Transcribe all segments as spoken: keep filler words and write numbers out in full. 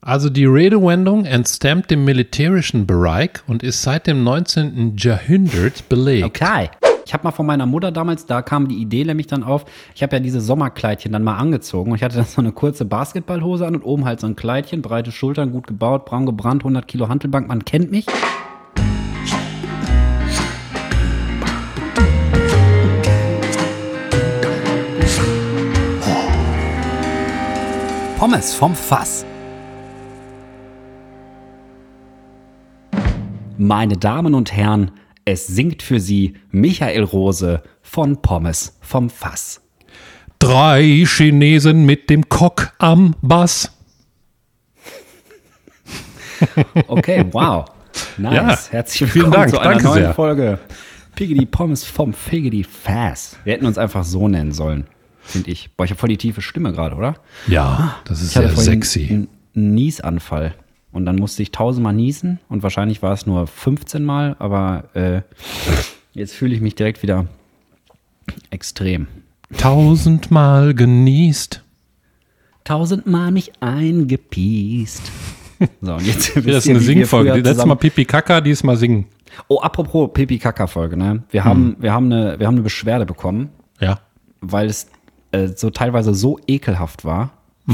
Also die Redewendung entstammt dem militärischen Bereich und ist seit dem neunzehnten Jahrhundert belegt. Okay. Ich habe mal von meiner Mutter damals, da kam die Idee nämlich dann auf, ich habe ja diese Sommerkleidchen dann mal angezogen und ich hatte dann so eine kurze Basketballhose an und oben halt so ein Kleidchen, breite Schultern, gut gebaut, braun gebrannt, hundert Kilo Hantelbank, man kennt mich. Pommes vom Fass. Meine Damen und Herren, es singt für Sie Michael Rose von Pommes vom Fass. Drei Chinesen mit dem Cock am Bass. Okay, wow. Nice. Ja, herzlich willkommen Dank, zu einer danke neuen sehr. Folge Piggity Pommes vom Figgity Fass. Wir hätten uns einfach so nennen sollen, finde ich. Boah, ich habe voll die tiefe Stimme gerade, oder? Ja, das ist Ich hatte sehr vorhin sexy. einen einen Niesanfall. Und dann musste ich tausendmal niesen und wahrscheinlich war es nur fünfzehn Mal, aber äh, jetzt fühle ich mich direkt wieder extrem. Tausendmal genießt. Tausendmal mich eingepiest. So, und jetzt wisst Das ist ihr, eine wie wir Singfolge. früher Letztes zusammen- Mal Pipi Kaka, diesmal singen. Oh, apropos Pipi-Kaka-Folge, ne? Wir haben, wir haben eine, wir haben eine Beschwerde bekommen, Ja. weil es äh, so teilweise so ekelhaft war.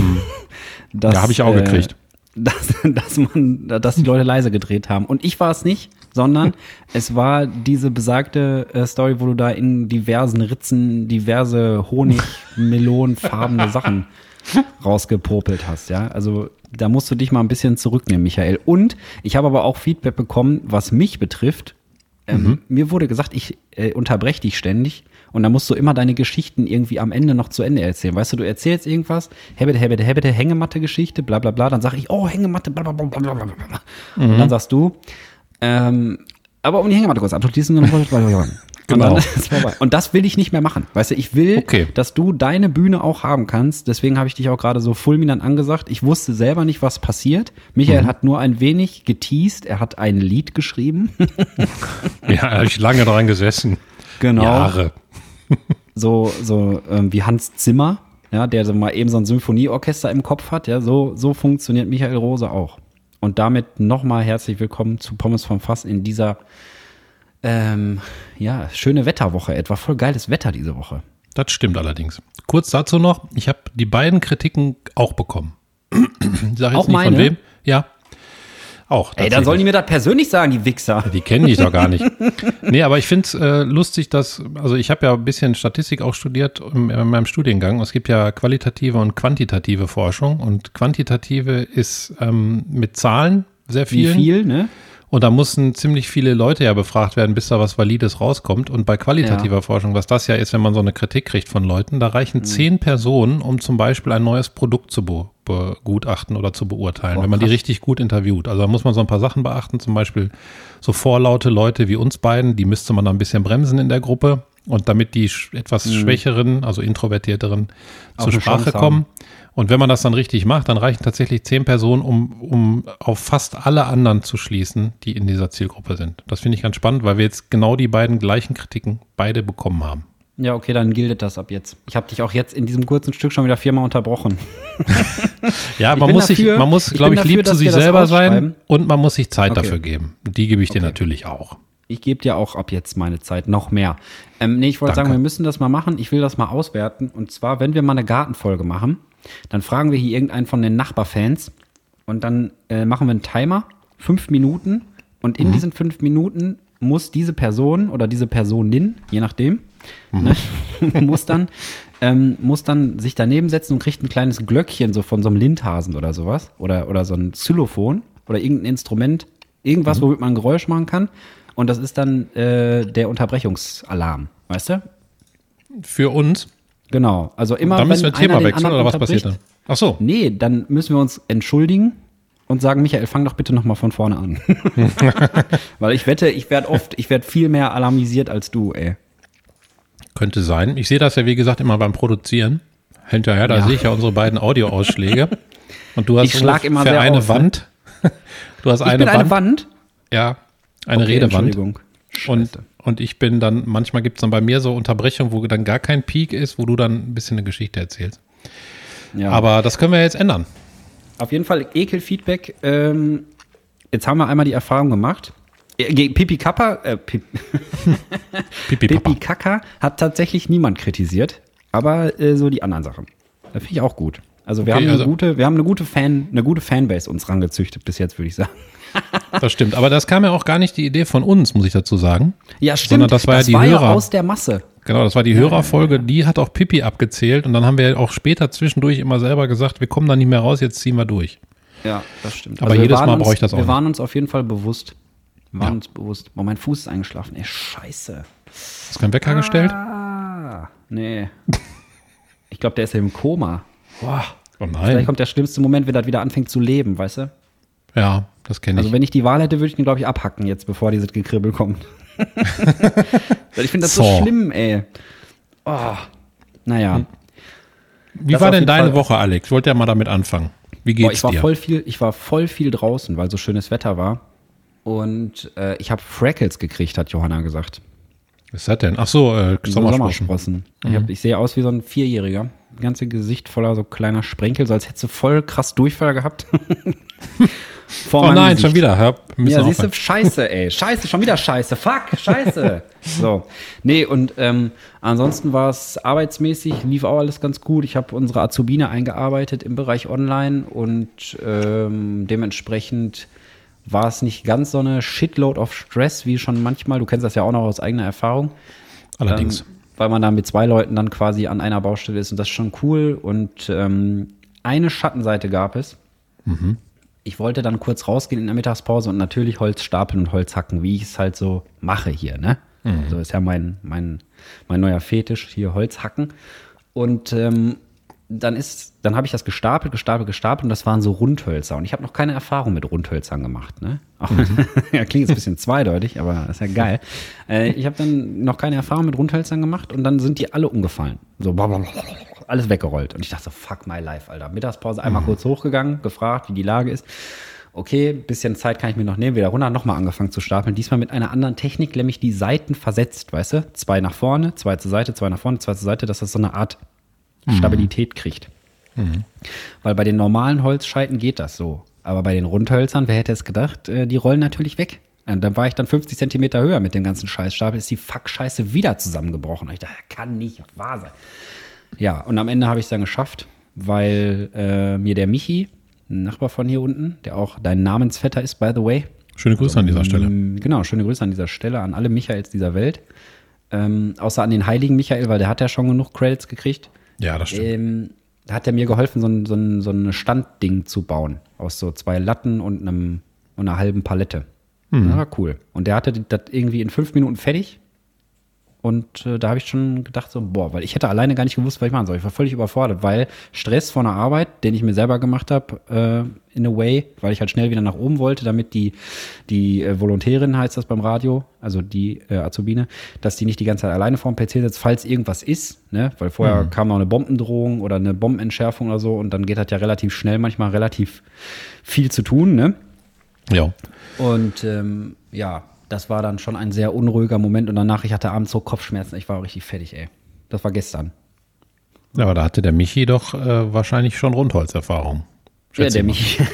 Dass, Ja, habe ich auch äh, gekriegt. Dass, dass man, dass die Leute leise gedreht haben. Und ich war es nicht, sondern es war diese besagte äh, Story, wo du da in diversen Ritzen diverse Honig-Melonenfarbene Sachen rausgepopelt hast, ja. Also da musst du dich mal ein bisschen zurücknehmen, Michael. Und ich habe aber auch Feedback bekommen, was mich betrifft. Ähm, Mhm. Mir wurde gesagt, ich äh, unterbreche dich ständig und dann musst du immer deine Geschichten irgendwie am Ende noch zu Ende erzählen. Weißt du, du erzählst irgendwas, hebede, hebede, hebede, Hängematte-Geschichte, bla bla bla, dann sag ich, oh, Hängematte, bla bla bla bla bla bla. Mhm. Und dann sagst du, ähm, aber um die Hängematte kurz abzuschließen, dann und Genau. dann ist es vorbei. Und das will ich nicht mehr machen. Weißt du, ich will, Okay. dass du deine Bühne auch haben kannst. Deswegen habe ich dich auch gerade so fulminant angesagt. Ich wusste selber nicht, was passiert. Michael Mhm. hat nur ein wenig geteased. Er hat ein Lied geschrieben. Ja, da habe ich lange dran gesessen. Genau. Jahre. So, so ähm, wie Hans Zimmer, ja, der so mal eben so ein Symphonieorchester im Kopf hat. Ja, so, so funktioniert Michael Rose auch. Und damit nochmal herzlich willkommen zu Pommes vom Fass in dieser ähm, ja, schöne Wetterwoche. Etwa voll geiles Wetter diese Woche. Das stimmt allerdings. Kurz dazu noch, ich habe die beiden Kritiken auch bekommen. Ich sag jetzt Auch nicht meine? von wem. Ja, auch. Ey, dann sollen die mir das persönlich sagen, die Wichser. Die kennen dich doch gar nicht. Nee, aber ich finde es äh, lustig, dass, also ich habe ja ein bisschen Statistik auch studiert in, in meinem Studiengang. Es gibt ja qualitative und quantitative Forschung und quantitative ist ähm, mit Zahlen sehr Wie viel. viel, ne? Und da mussten ziemlich viele Leute ja befragt werden, bis da was Valides rauskommt. Und bei qualitativer Ja. Forschung, was das ja ist, wenn man so eine Kritik kriegt von Leuten, da reichen Mhm. zehn Personen, um zum Beispiel ein neues Produkt zu be begutachten oder zu beurteilen, Boah, wenn man die krass. richtig gut interviewt. Also da muss man so ein paar Sachen beachten, zum Beispiel so vorlaute Leute wie uns beiden, die müsste man dann ein bisschen bremsen in der Gruppe. Und damit die sch etwas schwächeren, also introvertierteren Auch zur eine Sprache Chance kommen. haben. Und wenn man das dann richtig macht, dann reichen tatsächlich zehn Personen, um, um auf fast alle anderen zu schließen, die in dieser Zielgruppe sind. Das finde ich ganz spannend, weil wir jetzt genau die beiden gleichen Kritiken beide bekommen haben. Ja, okay, dann gilt das ab jetzt. Ich habe dich auch jetzt in diesem kurzen Stück schon wieder viermal unterbrochen. Ja, Ich man bin muss, sich, dafür- man muss, ich glaube bin ich, dafür, lieb zu dass sich wir das selber sein ausschreiben. und man muss sich Zeit Okay. dafür geben. Die gebe ich dir Okay. natürlich auch. Ich gebe dir auch ab jetzt meine Zeit noch mehr. Ähm, nee, ich wollte Danke. sagen, wir müssen das mal machen. Ich will das mal auswerten. Und zwar, wenn wir mal eine Gartenfolge machen, dann fragen wir hier irgendeinen von den Nachbarfans und dann äh, machen wir einen Timer, fünf Minuten. Und in diesen fünf Minuten muss diese Person oder diese Personin, je nachdem, ne, muss dann ähm, muss dann sich daneben setzen und kriegt ein kleines Glöckchen so von so einem Lindhasen oder sowas oder, oder so ein Xylophon oder irgendein Instrument, irgendwas, womit man ein Geräusch machen kann. Und das ist dann äh, der Unterbrechungsalarm, weißt du? Für uns, Genau. Also immer, dann müssen wir wenn Thema einer den wechseln anderen oder was passiert dann? unterbricht, Ach so. Nee, dann müssen wir uns entschuldigen und sagen, Michael, fang doch bitte nochmal von vorne an. Weil ich wette, ich werde oft, ich werde viel mehr alarmisiert als du, ey. Könnte sein. Ich sehe das ja, wie gesagt, immer beim Produzieren. Hinterher, da Ja. sehe ich ja unsere beiden Audioausschläge. Und du hast Ich schlag immer ungefähr sehr eine auf, ne? Wand. Du hast Ich eine bin Wand. eine Wand. Ja, eine Okay, Redewand. Entschuldigung. Und, Scheiße. und ich bin dann, manchmal gibt es dann bei mir so Unterbrechungen, wo dann gar kein Peak ist, wo du dann ein bisschen eine Geschichte erzählst. Ja. Aber das können wir jetzt ändern. Auf jeden Fall Ekelfeedback. Ähm, jetzt haben wir einmal die Erfahrung gemacht. Äh, Pipi Kappa, äh, Pipi, Pipi, Pipi Kaka hat tatsächlich niemand kritisiert, aber äh, so die anderen Sachen. Da finde ich auch gut. Also wir Okay, haben eine also- gute, wir haben eine gute Fan, eine gute Fanbase uns rangezüchtet bis jetzt, würde ich sagen. Das stimmt. Aber das kam ja auch gar nicht die Idee von uns, muss ich dazu sagen. Ja, stimmt. Sondern das war ja die Hörer. aus der Masse. Genau, das war die Hörerfolge, die hat auch Pipi abgezählt und dann haben wir auch später zwischendurch immer selber gesagt, wir kommen da nicht mehr raus, jetzt ziehen wir durch. Ja, das stimmt. Aber wir jedes waren Mal uns, brauche ich das auch Wir nicht. waren uns auf jeden Fall bewusst. Wir waren Ja. uns bewusst. Boah, mein Fuß ist eingeschlafen. Ey, scheiße. Hast du keinen Wecker gestellt? Ah, nee. Ich glaube, der ist ja im Koma. Boah. Oh Vielleicht nein. kommt der schlimmste Moment, wenn er wieder anfängt zu leben, weißt du? Ja, das kenne ich. Also wenn ich die Wahl hätte, würde ich ihn, glaube ich, abhacken jetzt, bevor dieses Gekribbel kommt. Ich finde das so So. schlimm, ey. Oh. Naja. Wie das war auf denn jeden deine Fall- Woche, Alex? Ich wollte ja mal damit anfangen. Wie Boah, geht's ich war dir? voll viel, ich war voll viel draußen, weil so schönes Wetter war. Und äh, ich habe Freckles gekriegt, hat Johanna gesagt. Was ist das denn? Ach so, äh, So Sommersprossen. Sommersprossen. Ich, hab, ich sehe aus wie so ein Vierjähriger. Das ganze Gesicht voller so kleiner Sprenkel, so als hättest du voll krass Durchfall gehabt. Vor Oh meinem nein, Gesicht. schon wieder. Hör, wir müssen Ja, siehst du, aufhören. scheiße, ey. Scheiße, schon wieder scheiße. Fuck, scheiße. So. Nee, und ähm, ansonsten war es arbeitsmäßig, lief auch alles ganz gut. Ich habe unsere Azubine eingearbeitet im Bereich Online und ähm, dementsprechend war es nicht ganz so eine Shitload of Stress wie schon manchmal. Du kennst das ja auch noch aus eigener Erfahrung. Allerdings. Ähm, weil man da mit zwei Leuten dann quasi an einer Baustelle ist und das ist schon cool. Und ähm, eine Schattenseite gab es. Ich wollte dann kurz rausgehen in der Mittagspause und natürlich Holz stapeln und Holz hacken, wie ich es halt so mache hier, ne? Mhm. So ist ja mein, mein, mein neuer Fetisch, hier Holz hacken. Und ähm, dann ist, dann habe ich das gestapelt, gestapelt, gestapelt und das waren so Rundhölzer. Und ich habe noch keine Erfahrung mit Rundhölzern gemacht, ne? Auch, ja, klingt jetzt ein bisschen zweideutig, aber das ist ja geil. Äh, ich habe dann noch keine Erfahrung mit Rundhölzern gemacht und dann sind die alle umgefallen. So alles weggerollt. Und ich dachte so, fuck my life, Alter. Mittagspause einmal kurz hochgegangen, gefragt, wie die Lage ist. Okay, bisschen Zeit kann ich mir noch nehmen, wieder runter, nochmal angefangen zu stapeln. Diesmal mit einer anderen Technik, nämlich die Seiten versetzt, weißt du? Zwei nach vorne, zwei zur Seite, zwei nach vorne, zwei zur Seite, dass das so eine Art Stabilität kriegt. Mhm. Weil bei den normalen Holzscheiten geht das so. Aber bei den Rundhölzern, wer hätte es gedacht, äh, die rollen natürlich weg. Und dann war ich dann fünfzig Zentimeter höher mit dem ganzen Scheißstapel, ist die Fuck-Scheiße wieder zusammengebrochen. Und ich dachte, kann nicht wahr sein. Ja, und am Ende habe ich es dann geschafft, weil äh, mir der Michi, ein Nachbar von hier unten, der auch dein Namensvetter ist, by the way. Schöne Grüße an dieser Stelle. Ähm, Genau, schöne Grüße an dieser Stelle, an alle Michaels dieser Welt. Ähm, außer an den heiligen Michael, weil der hat ja schon genug Credits gekriegt. Ja, das stimmt. Ähm, da hat er mir geholfen, so ein, so ein, so ein Standding zu bauen. Aus so zwei Latten und, einem, und einer halben Palette. Mhm. Das war cool. Und der hatte das irgendwie in fünf Minuten fertig. Und äh, da habe ich schon gedacht, so, boah, weil ich hätte alleine gar nicht gewusst, was ich machen soll. Ich war völlig überfordert, weil Stress von der Arbeit, den ich mir selber gemacht habe, äh, in a way, weil ich halt schnell wieder nach oben wollte, damit die, die äh, Volontärin, heißt das beim Radio, also die äh, Azubine, dass die nicht die ganze Zeit alleine vorm P C sitzt, falls irgendwas ist, ne? Weil vorher mhm. kam noch eine Bombendrohung oder eine Bombenentschärfung oder so und dann geht das ja relativ schnell, manchmal relativ viel zu tun, ne? Ja. Und ähm, ja, das war dann schon ein sehr unruhiger Moment und danach, ich hatte abends so Kopfschmerzen, ich war auch richtig fertig, ey. Das war gestern. Ja, aber da hatte der Michi doch äh, wahrscheinlich schon Rundholzerfahrung. Ja, der Michi.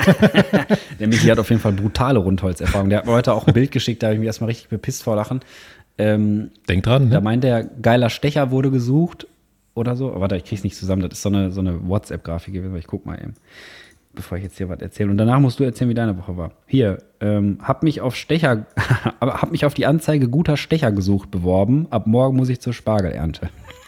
Der Michi hat auf jeden Fall brutale Rundholzerfahrung. Der hat mir heute auch ein Bild geschickt, da habe ich mich erstmal richtig bepisst vor Lachen. Ähm, Denk dran, da ne? meint er, geiler Stecher wurde gesucht oder so. Warte, ich krieg's nicht zusammen, das ist so eine, so eine WhatsApp-Grafik gewesen, ich guck mal eben. Bevor ich jetzt hier was erzähle. Und danach musst du erzählen, wie deine Woche war. Hier, ähm, hab mich auf Stecher, aber hab mich auf die Anzeige guter Stecher gesucht beworben. Ab morgen muss ich zur Spargelernte.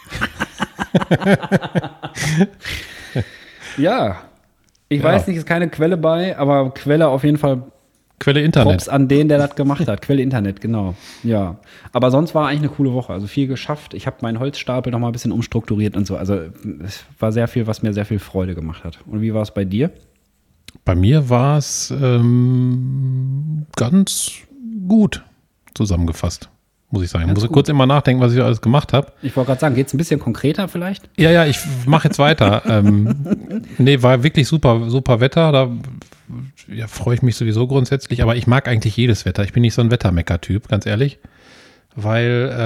Ja, ich Ja. weiß nicht, ist keine Quelle bei, aber Quelle auf jeden Fall Quelle Internet. Props an den, der das gemacht hat. Quelle Internet, genau. Ja, aber sonst war eigentlich eine coole Woche. Also viel geschafft. Ich habe meinen Holzstapel noch mal ein bisschen umstrukturiert und so. Also es war sehr viel, was mir sehr viel Freude gemacht hat. Und wie war es bei dir? Bei mir war es ähm, ganz gut zusammengefasst, muss ich sagen. Ich Ganz muss gut. kurz immer nachdenken, was ich alles gemacht habe. Ich wollte gerade sagen, geht es ein bisschen konkreter vielleicht? Ja, ja, ich mache jetzt weiter. ähm, nee, war wirklich super, super Wetter. Da ja, freue ich mich sowieso grundsätzlich. Aber ich mag eigentlich jedes Wetter. Ich bin nicht so ein Wettermecker-Typ, ganz ehrlich.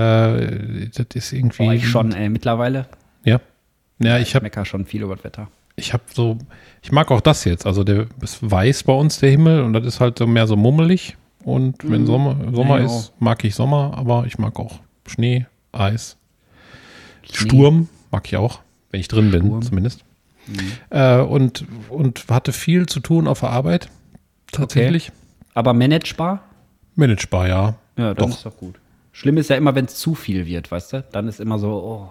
Weil äh, das ist irgendwie... Boah, ich schon, ey, mittlerweile. Ja. Ja, ich habe mecker schon viel über das Wetter. Ich habe so, ich mag auch das jetzt. Also der ist weiß bei uns, der Himmel, und das ist halt so mehr so mummelig. Und wenn Mhm. Sommer, Sommer Ja, ist, mag ich Sommer, aber ich mag auch Schnee, Eis, Schnee. Sturm mag ich auch, wenn ich drin bin Sturm. zumindest. Äh, und, und hatte viel zu tun auf der Arbeit, tatsächlich. Aber managebar? Managebar, ja. Ja, dann Doch. ist doch gut. Schlimm ist ja immer, wenn es zu viel wird, weißt du? Dann ist immer so, oh.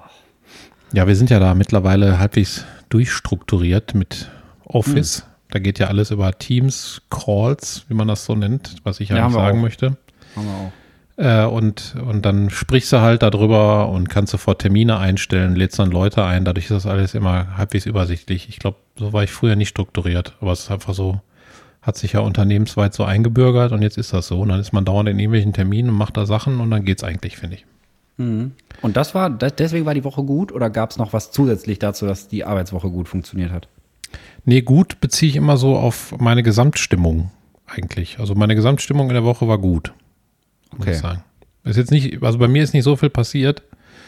Ja, wir sind ja da mittlerweile halbwegs durchstrukturiert mit Office. Hm. Da geht ja alles über Teams, Calls, wie man das so nennt, was ich Ja, eigentlich haben wir sagen auch. möchte. Haben wir auch. Äh, und, und dann sprichst du halt darüber und kannst sofort Termine einstellen, lädst dann Leute ein. Dadurch ist das alles immer halbwegs übersichtlich. Ich glaube, so war ich früher nicht strukturiert. Aber es ist einfach so, hat sich ja unternehmensweit so eingebürgert und jetzt ist das so. Und dann ist man dauernd in irgendwelchen Terminen und macht da Sachen und dann geht's eigentlich, finde ich. Mhm. Und das war, das, deswegen war die Woche gut oder gab es noch was zusätzlich dazu, dass die Arbeitswoche gut funktioniert hat? Nee, gut beziehe ich immer so auf meine Gesamtstimmung eigentlich. Also meine Gesamtstimmung in der Woche war gut, muss Okay. ich sagen. Ist jetzt nicht, also bei mir ist nicht so viel passiert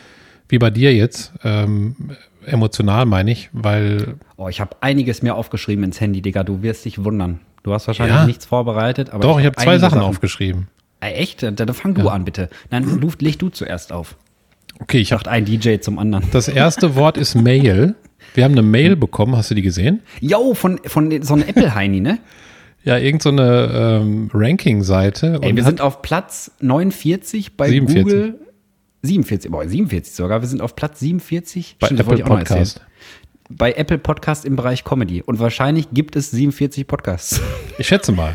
wie bei dir jetzt, ähm, emotional meine ich, weil Oh, ich habe einiges mir aufgeschrieben ins Handy, Digga. Du wirst dich wundern. Du hast wahrscheinlich Ja. nichts vorbereitet, aber doch, ich habe hab zwei einige Sachen aufgeschrieben. Äh, echt? Dann, dann fang du Ja. an, bitte. Nein, du, leg du zuerst auf. Okay, ich habe Sagt ein D J zum anderen. das erste Wort ist Mail. Wir haben eine Mail bekommen, hast du die gesehen? Jo, von, von so einem Apple-Heini, ne? Ja, irgend so eine ähm, Ranking-Seite. Ey, und wir hat- sind auf Platz neunundvierzig bei siebenundvierzig. Google. siebenundvierzig, boah, siebenundvierzig sogar. Wir sind auf Platz siebenundvierzig. bei Stimmt, das wollte Apple ich auch noch erzählen. Podcast. Bei Apple Podcast im Bereich Comedy. Und wahrscheinlich gibt es siebenundvierzig Podcasts. Ich schätze mal.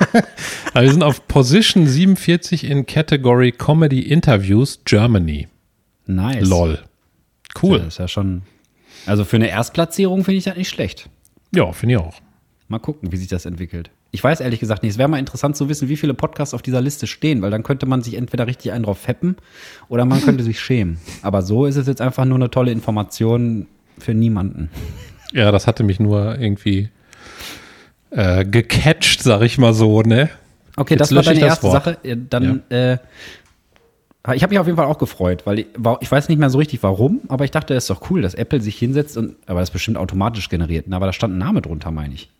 Aber wir sind auf Position siebenundvierzig in Category Comedy Interviews Germany. Nice. Lol. Cool. Das ist ja schon. Also für eine Erstplatzierung finde ich das nicht schlecht. Ja, finde ich auch. Mal gucken, wie sich das entwickelt. Ich weiß ehrlich gesagt nicht. Es wäre mal interessant zu wissen, wie viele Podcasts auf dieser Liste stehen, weil dann könnte man sich entweder richtig einen drauf feppen oder man könnte sich schämen. Aber so ist es jetzt einfach nur eine tolle Information für niemanden. Ja, das hatte mich nur irgendwie äh, gecatcht, sag ich mal so, ne? Okay, Jetzt das war lösche ich deine das erste Wort. Sache. Äh, Dann, äh, ich habe mich auf jeden Fall auch gefreut, weil ich, war, ich weiß nicht mehr so richtig warum, aber ich dachte, es ist doch cool, dass Apple sich hinsetzt und, aber das ist bestimmt automatisch generiert, ne? Aber da stand ein Name drunter, meine ich.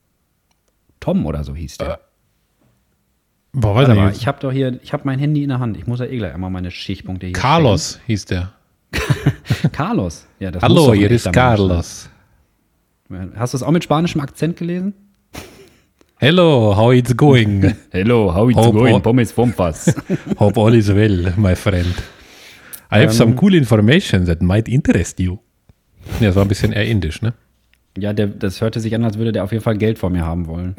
Tom oder so hieß der. Boah, weiß Warte ich mal, nicht. ich habe doch hier, ich habe mein Handy in der Hand. Ich muss ja eh gleich einmal meine Stichpunkte hier Carlos hieß der. stellen. Carlos. Ja, das muss Hallo, doch ein hier ist echter Mensch Carlos. sein. Hast du es auch mit spanischem Akzent gelesen? Hello, how it's going? Hello, how it's Hope going? Pommes vom Fass. Hope all is well, my friend. I have some cool information that might interest you. Ja, das war ein bisschen eher indisch, ne? Ja, der, das hörte sich an, als würde der auf jeden Fall Geld von mir haben wollen.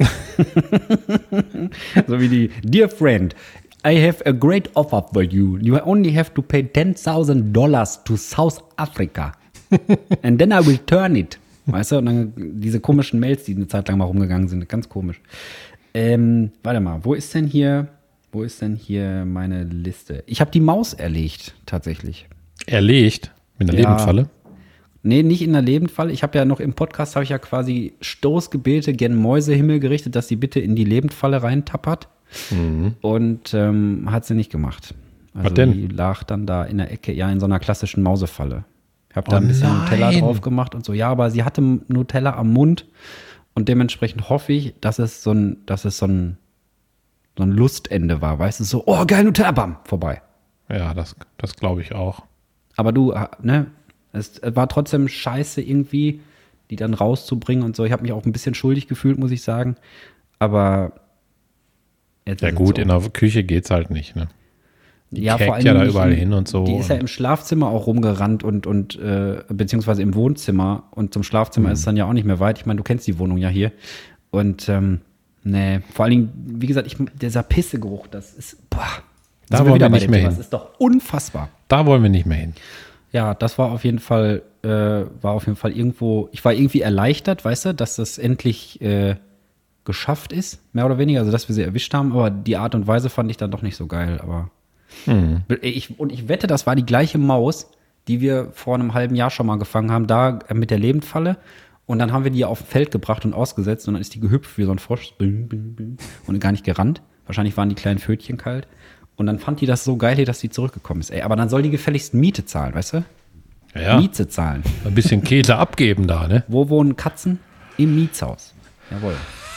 So wie die, Dear friend, I have a great offer for you. You only have to pay ten thousand dollars to South Africa. And then I will turn it. Weißt du, und dann diese komischen Mails, die eine Zeit lang mal rumgegangen sind, ganz komisch. Ähm, warte mal, wo ist denn hier, wo ist denn hier meine Liste? Ich habe die Maus erlegt, tatsächlich. Erlegt mit einer Ja. Lebendfalle. Nee, nicht in der Lebendfalle. Ich habe ja noch im Podcast, habe ich ja quasi Stoßgebete gen Mäusehimmel gerichtet, dass sie bitte in die Lebendfalle reintappert. Und ähm, hat sie nicht gemacht. Also Was denn? die lag dann da in der Ecke, ja, in so einer klassischen Mausefalle. Ich habe da Oh ein bisschen nein. Nutella drauf gemacht und so. Ja, aber sie hatte Nutella am Mund und dementsprechend hoffe ich, dass es so ein, dass es so ein, so ein Lustende war. Weißt du, so, oh, geil, Nutella, bam, vorbei. Ja, das, das glaube ich auch. Aber du, ne, es war trotzdem scheiße irgendwie, die dann rauszubringen und so. Ich habe mich auch ein bisschen schuldig gefühlt, muss ich sagen. Aber jetzt Ja ist es gut, so. in der Küche geht's halt nicht, ne? Die ja, käkt vor allem ja da nicht überall im- hin und so. Die ist ja und- im Schlafzimmer auch rumgerannt und, und äh, beziehungsweise im Wohnzimmer. Und zum Schlafzimmer Mhm. ist es dann ja auch nicht mehr weit. Ich meine, du kennst die Wohnung ja hier. Und ähm, nee, vor allen Dingen, wie gesagt, ich, dieser Pissegeruch, das ist, boah. Da sind wir wollen wieder wir bei nicht dem mehr Thema. hin. Das ist doch unfassbar. Da wollen wir nicht mehr hin. Ja, das war auf jeden Fall, äh, war auf jeden Fall irgendwo, ich war irgendwie erleichtert, weißt du, dass das endlich äh, geschafft ist, mehr oder weniger, also dass wir sie erwischt haben, aber die Art und Weise fand ich dann doch nicht so geil, aber ich, und ich wette, das war die gleiche Maus, die wir vor einem halben Jahr schon mal gefangen haben, da äh, mit der Lebendfalle und dann haben wir die auf dem Feld gebracht und ausgesetzt und dann ist die gehüpft wie so ein Frosch bing, bing, bing, und gar nicht gerannt, wahrscheinlich waren die kleinen Pfötchen kalt und dann fand die das so geil, dass die zurückgekommen ist, ey, aber dann soll die gefälligst Miete zahlen, weißt du? Ja. Miete zahlen. Ein bisschen Käse abgeben da, ne? Wo wohnen Katzen? Im Mietshaus. Jawohl.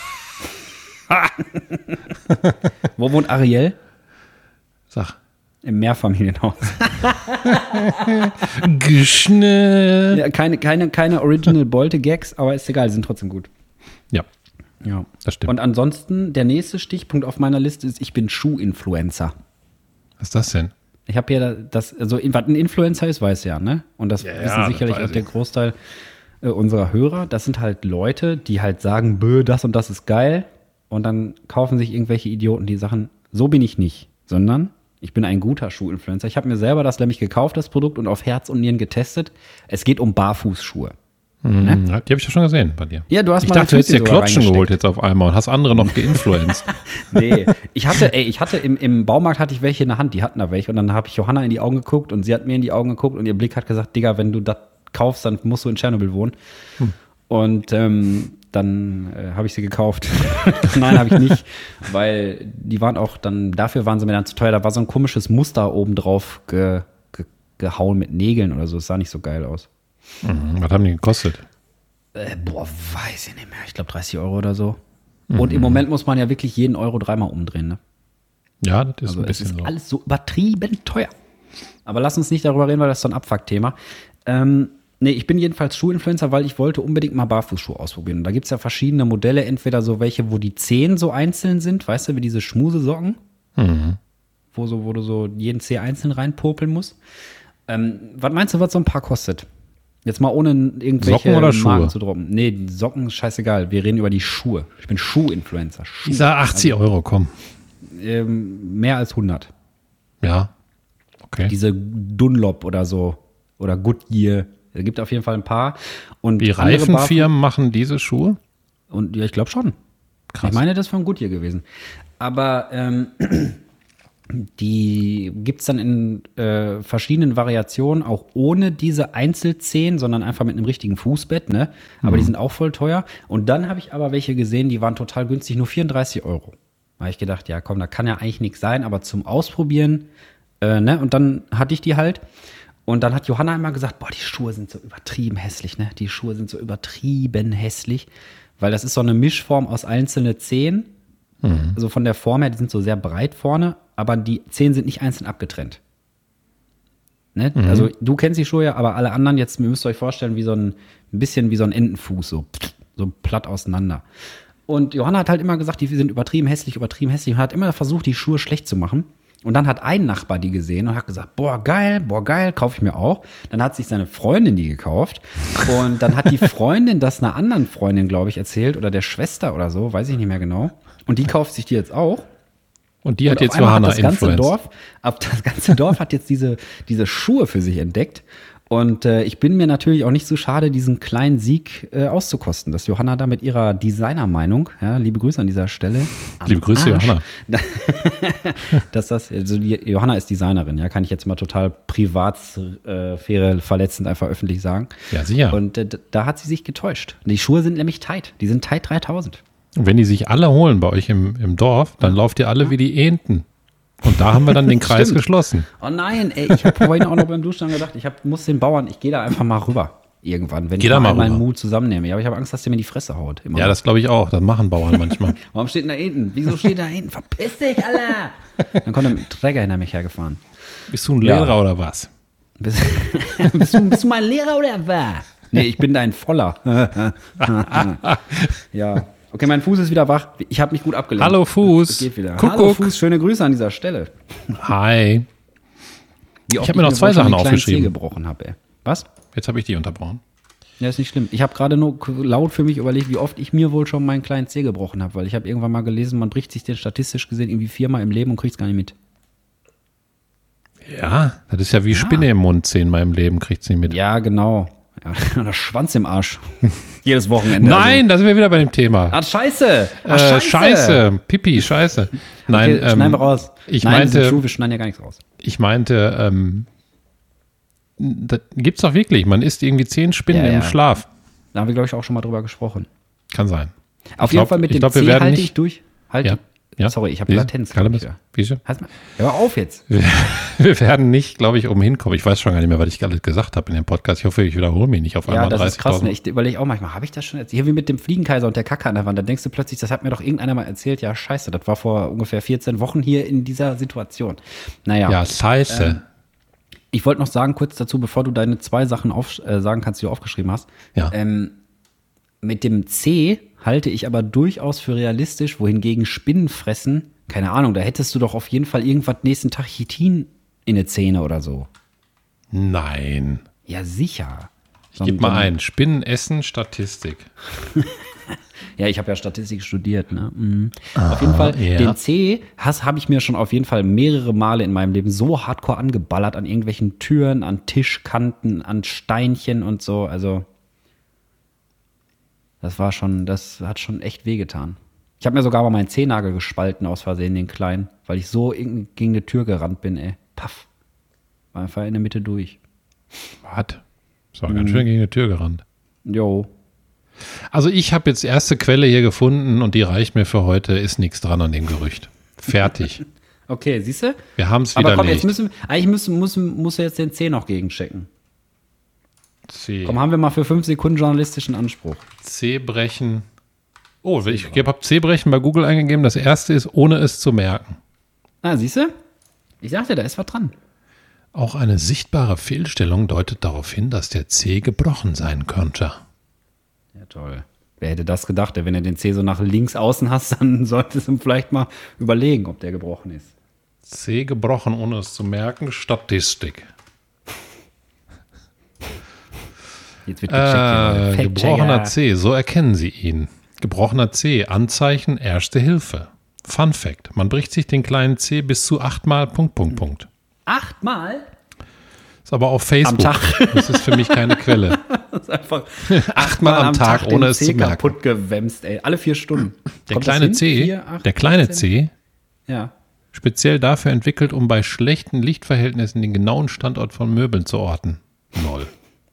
Wo wohnt Ariel? Sag. Im Mehrfamilienhaus. Geschnell. Ja, keine, keine, keine Original Bolte-Gags, aber ist egal, die sind trotzdem gut. Ja, Ja, das stimmt. Und ansonsten, der nächste Stichpunkt auf meiner Liste ist, ich bin Schuh-Influencer. Was ist das denn? Ich habe hier das, also was ein Influencer ist, weiß ja, ne? Und das Ja, wissen ja, sicherlich das auch weiß der ich. Großteil äh, unserer Hörer. Das sind halt Leute, die halt sagen, bö, das und das ist geil. Und dann kaufen sich irgendwelche Idioten die Sachen. So bin ich nicht, sondern ich bin ein guter Schuh-Influencer. Ich habe mir selber das nämlich gekauft, das Produkt, und auf Herz und Nieren getestet. Es geht um Barfußschuhe. Hm, Die habe ich ja schon gesehen bei dir. Ja, du hast Ich mal eine dachte, du hättest Tüte dir sogar Klotschen reingesteckt. geholt jetzt auf einmal und hast andere noch geinfluenced. Nee, ich hatte, ey, ich hatte im, im Baumarkt hatte ich welche in der Hand, die hatten da welche. Und dann habe ich Johanna in die Augen geguckt und sie hat mir in die Augen geguckt und ihr Blick hat gesagt, Digga, wenn du das kaufst, dann musst du in Tschernobyl wohnen. Hm. Und ähm, dann äh, habe ich sie gekauft. Nein, habe ich nicht, weil die waren auch dann, dafür waren sie mir dann zu teuer. Da war so ein komisches Muster oben drauf ge, ge, gehauen mit Nägeln oder so. Es sah nicht so geil aus. Mhm, was haben die gekostet? Äh, boah, weiß ich nicht mehr. Ich glaube dreißig Euro oder so. Und im Moment muss man ja wirklich jeden Euro dreimal umdrehen, ne? Ja, das ist Also ein es bisschen ist so. alles so übertrieben teuer. Aber lass uns nicht darüber reden, weil das ist so ein Abfuck-Thema. Ähm, nee, ich bin jedenfalls Schuhinfluencer, weil ich wollte unbedingt mal Barfußschuhe ausprobieren. Und da gibt es ja verschiedene Modelle, entweder so welche, wo die Zehen so einzeln sind, weißt du, wie diese Schmusesocken, Mhm. wo, so, wo du so jeden Zeh einzeln reinpopeln musst. Ähm, was meinst du, was so ein Paar kostet? Jetzt mal ohne irgendwelche Socken oder Marken Schuhe? zu droppen. Nee, die Socken, scheißegal. Wir reden über die Schuhe. Ich bin Schuhinfluencer. Schuh. Ich sage achtzig Euro, komm. Ähm, mehr als hundert. Ja. Okay. Diese Dunlop oder so oder Goodyear. Es gibt auf jeden Fall ein paar. Und Die andere Reifenfirmen machen diese Schuhe? Barfu- Und ja, ich glaube schon. Krass. Ich meine, das ist von Goodyear gewesen. Aber ähm, die gibt es dann in äh, verschiedenen Variationen, auch ohne diese Einzelzehen, sondern einfach mit einem richtigen Fußbett. Ne? Aber die sind auch voll teuer. Und dann habe ich aber welche gesehen, die waren total günstig, nur vierunddreißig Euro. Da habe ich gedacht, ja komm, da kann ja eigentlich nichts sein, aber zum Ausprobieren. Äh, ne? Und dann hatte ich die halt. Und dann hat Johanna immer gesagt, boah, die Schuhe sind so übertrieben hässlich, ne? Die Schuhe sind so übertrieben hässlich. Weil das ist so eine Mischform aus einzelnen Zehen. Mhm. Also von der Form her, die sind so sehr breit vorne, aber die Zehen sind nicht einzeln abgetrennt. Ne? Mhm. Also du kennst die Schuhe ja, aber alle anderen jetzt, ihr müsst euch vorstellen, wie so ein, ein bisschen wie so ein Entenfuß, so, so platt auseinander. Und Johanna hat halt immer gesagt, die sind übertrieben hässlich, übertrieben hässlich und hat immer versucht, die Schuhe schlecht zu machen. Und dann hat ein Nachbar die gesehen und hat gesagt, boah, geil, boah, geil, kaufe ich mir auch. Dann hat sich seine Freundin die gekauft. Und dann hat die Freundin das einer anderen Freundin, glaube ich, erzählt oder der Schwester oder so, weiß ich nicht mehr genau. Und die kauft sich die jetzt auch. Und die hat Und jetzt auf einmal Johanna hat das ganze influenced. Dorf, ab das ganze Dorf hat jetzt diese, diese Schuhe für sich entdeckt. Und äh, ich bin mir natürlich auch nicht so schade, diesen kleinen Sieg äh, auszukosten, dass Johanna da mit ihrer Designermeinung, ja, liebe Grüße an dieser Stelle. am Liebe Grüße, Arsch, Johanna. dass das, also die Johanna ist Designerin, ja, kann ich jetzt mal total Privatsphäre äh, verletzend einfach öffentlich sagen. Ja, sicher. Und äh, da hat sie sich getäuscht. Die Schuhe sind nämlich tight. Die sind tight dreitausend. Und wenn die sich alle holen bei euch im, im Dorf, dann lauft ihr alle wie die Enten. Und da haben wir dann den Kreis Stimmt. geschlossen. Oh nein, ey, ich habe vorhin auch noch beim Duschen gedacht, ich hab, muss den Bauern, ich gehe da einfach mal rüber. Irgendwann, wenn Geh ich da mal mal meinen rüber. Mut zusammennehme. Ja, aber ich habe Angst, dass der mir in die Fresse haut. Immer Ja, noch. das glaube ich auch. Das machen Bauern manchmal. Warum steht denn da hinten? Wieso steht da hinten? Verpiss dich, Alter! Dann kommt er mit dem Träger hinter mich hergefahren. Bist du ein Ja. Lehrer oder was? Bist, bist, du, bist du mein Lehrer oder was? Nee, ich bin dein Voller. Ja. Okay, mein Fuß ist wieder wach. Ich habe mich gut abgelenkt. Hallo Fuß. Es geht wieder. Kuckuck. Hallo Fuß, schöne Grüße an dieser Stelle. Hi. Wie oft hab mir noch wohl zwei schon Sachen den kleinen aufgeschrieben. Zeh gebrochen habe, ey. Was? Jetzt habe ich dich unterbrochen. Ja, ist nicht schlimm. Ich habe gerade nur k- laut für mich überlegt, wie oft ich mir wohl schon meinen kleinen Zeh gebrochen habe, weil ich habe irgendwann mal gelesen, man bricht sich den statistisch gesehen irgendwie viermal im Leben und kriegt es gar nicht mit. Ja, das ist ja wie Spinne im Mund. Zehnmal im Leben kriegt sie mit. Ja, genau. Ja, der Schwanz im Arsch. Jedes Wochenende. Nein, da sind wir wieder bei dem Thema. Also. Ah, scheiße. Ah, Äh, scheiße. Pipi, scheiße. Nein, Okay, schneiden wir ähm, raus. ich Nein, wir sind meinte- schwul, wir schneiden ja gar nichts raus. ich meinte, ähm, das gibt's doch wirklich. Man isst irgendwie zehn Spinnen Ja, im ja. Schlaf. Da haben wir, glaube ich, auch schon mal drüber gesprochen. Kann sein. Auf Ich jeden glaub- Fall mit ich dem glaub, wir Zeh werden halte nicht- ich durch. Halt, Ja. Ja? Sorry, ich habe Wie? Latenz. Cannabis? glaub Wie ist es? Halt mal. Hör auf jetzt. Wir, wir werden nicht, glaube ich, umhin kommen. Ich weiß schon gar nicht mehr, was ich gerade gesagt habe in dem Podcast. Ich hoffe, ich wiederhole mich nicht auf Ja, einmal das ist krass. Ne? dreißigtausend. Ich überlege auch manchmal, habe ich das schon erzählt? Hier wie mit dem Fliegenkaiser und der Kacke an der Wand. Da denkst du plötzlich, das hat mir doch irgendeiner mal erzählt. Ja, scheiße, das war vor ungefähr vierzehn Wochen hier in dieser Situation. Naja. Ja, scheiße. Ähm, Ich wollte noch sagen, kurz dazu, bevor du deine zwei Sachen auf, äh, sagen kannst, die du aufgeschrieben hast. Ja. Ähm, mit dem C halte ich aber durchaus für realistisch, wohingegen Spinnen fressen, keine Ahnung, da hättest du doch auf jeden Fall irgendwas nächsten Tag Chitin in der Zähne oder so. Nein. Ja, sicher. Ich gebe mal ein. Spinnen essen Statistik. Ja, ich habe ja Statistik studiert. Ne? Mhm. Auf jeden Fall, ja. den C habe ich mir schon auf jeden Fall mehrere Male in meinem Leben so hardcore angeballert an irgendwelchen Türen, an Tischkanten, an Steinchen und so. Also das war schon, das hat schon echt wehgetan. Ich habe mir sogar mal meinen Zehennagel gespalten aus Versehen, den kleinen, weil ich so gegen eine Tür gerannt bin, ey. Paff. War einfach in der Mitte durch. Was? Das war ganz schön gegen die Tür gerannt. Jo. Also ich habe jetzt erste Quelle hier gefunden und die reicht mir für heute. Ist nichts dran an dem Gerücht. Fertig. Okay, siehst du? Wir haben es Aber widerlegt. komm, jetzt müssen eigentlich müssen, muss, muss er jetzt den C noch gegenchecken. C. Komm, haben wir mal für fünf Sekunden journalistischen Anspruch. C-Brechen. Oh, ich habe C-Brechen bei Google eingegeben. Das erste ist, ohne es zu merken. Ah, siehst du? Ich sagte, da ist was dran. Auch eine sichtbare Fehlstellung deutet darauf hin, dass der C gebrochen sein könnte. Ja, toll. Wer hätte das gedacht? Wenn du den C so nach links außen hast, dann solltest du vielleicht mal überlegen, ob der gebrochen ist. C gebrochen, ohne es zu merken. Statistik. Jetzt wird gecheckt. Äh, gebrochener C, so erkennen Sie ihn. Gebrochener C, Anzeichen, Erste Hilfe. Fun Fact, man bricht sich den kleinen C bis zu achtmal, Punkt, Punkt, Punkt. Achtmal? Ist aber auf Facebook. Am Tag. Das ist für mich keine Quelle. Das ist einfach Achtmal am Tag, ohne es zu merken. kaputt gewämst, ey. Alle vier Stunden. Der Kommt das kleine hin? C, Vier, acht, der kleine achtzehn? C, Ja. speziell dafür entwickelt, um bei schlechten Lichtverhältnissen den genauen Standort von Möbeln zu orten. Null.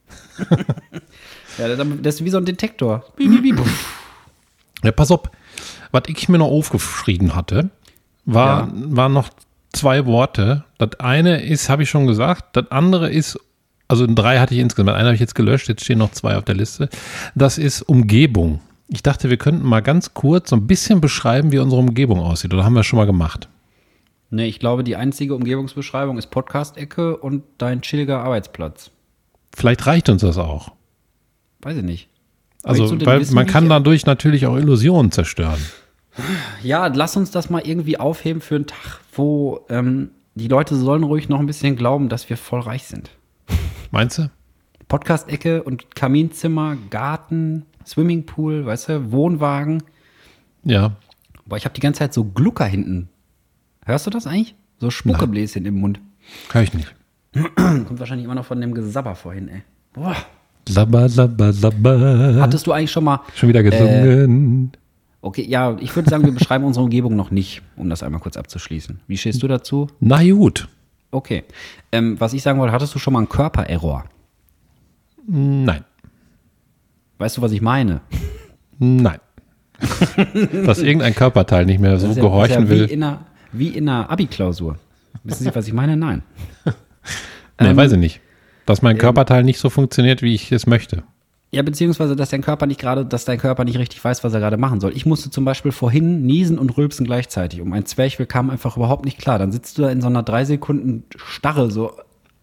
Ja, das ist wie so ein Detektor. Bi, bi, bi, puff. Ja, pass auf, was ich mir noch aufgeschrieben hatte, war, Ja. waren noch zwei Worte. Das eine ist, habe ich schon gesagt, das andere ist, also drei hatte ich insgesamt, einen habe ich jetzt gelöscht, jetzt stehen noch zwei auf der Liste. Das ist Umgebung. Ich dachte, wir könnten mal ganz kurz so ein bisschen beschreiben, wie unsere Umgebung aussieht. Oder haben wir schon mal gemacht? Ne, ich glaube, die einzige Umgebungsbeschreibung ist Podcast-Ecke und dein chilliger Arbeitsplatz. Vielleicht reicht uns das auch. Weiß ich nicht. Also, Möchtest du denn weil wissen, man wie kann ich- dadurch natürlich auch Illusionen zerstören. Ja, lass uns das mal irgendwie aufheben für einen Tag, wo ähm, die Leute sollen ruhig noch ein bisschen glauben, dass wir voll reich sind. Meinst du? Podcast-Ecke und Kaminzimmer, Garten, Swimmingpool, weißt du, Wohnwagen. Ja. Boah, ich habe die ganze Zeit so Glucker hinten. Hörst du das eigentlich? So Spuckebläschen im Mund. Kann ich nicht. Kommt wahrscheinlich immer noch von dem Gesabber vorhin, ey. Boah. Sabba, sabba, sabba. Hattest du eigentlich schon mal... Schon wieder gesungen. Okay, ja, ich würde sagen, wir beschreiben unsere Umgebung noch nicht, um das einmal kurz abzuschließen. Wie stehst du dazu? Na gut. Okay. Ähm, was ich sagen wollte, hattest du schon mal einen Körpererror? Nein. Weißt du, was ich meine? Nein. Dass irgendein Körperteil nicht mehr so Das ist ja, gehorchen das ist ja will. Wie in einer, wie in einer Abi-Klausur. Wissen Sie, was ich meine? Nein. Nee, ähm, weiß ich nicht. Dass mein Körperteil nicht so funktioniert, wie ich es möchte. Ja, beziehungsweise, dass dein Körper nicht gerade, dass dein Körper nicht richtig weiß, was er gerade machen soll. Ich musste zum Beispiel vorhin niesen und rülpsen gleichzeitig. Und mein Zwerchfell kam einfach überhaupt nicht klar. Dann sitzt du da in so einer drei Sekunden Starre, so.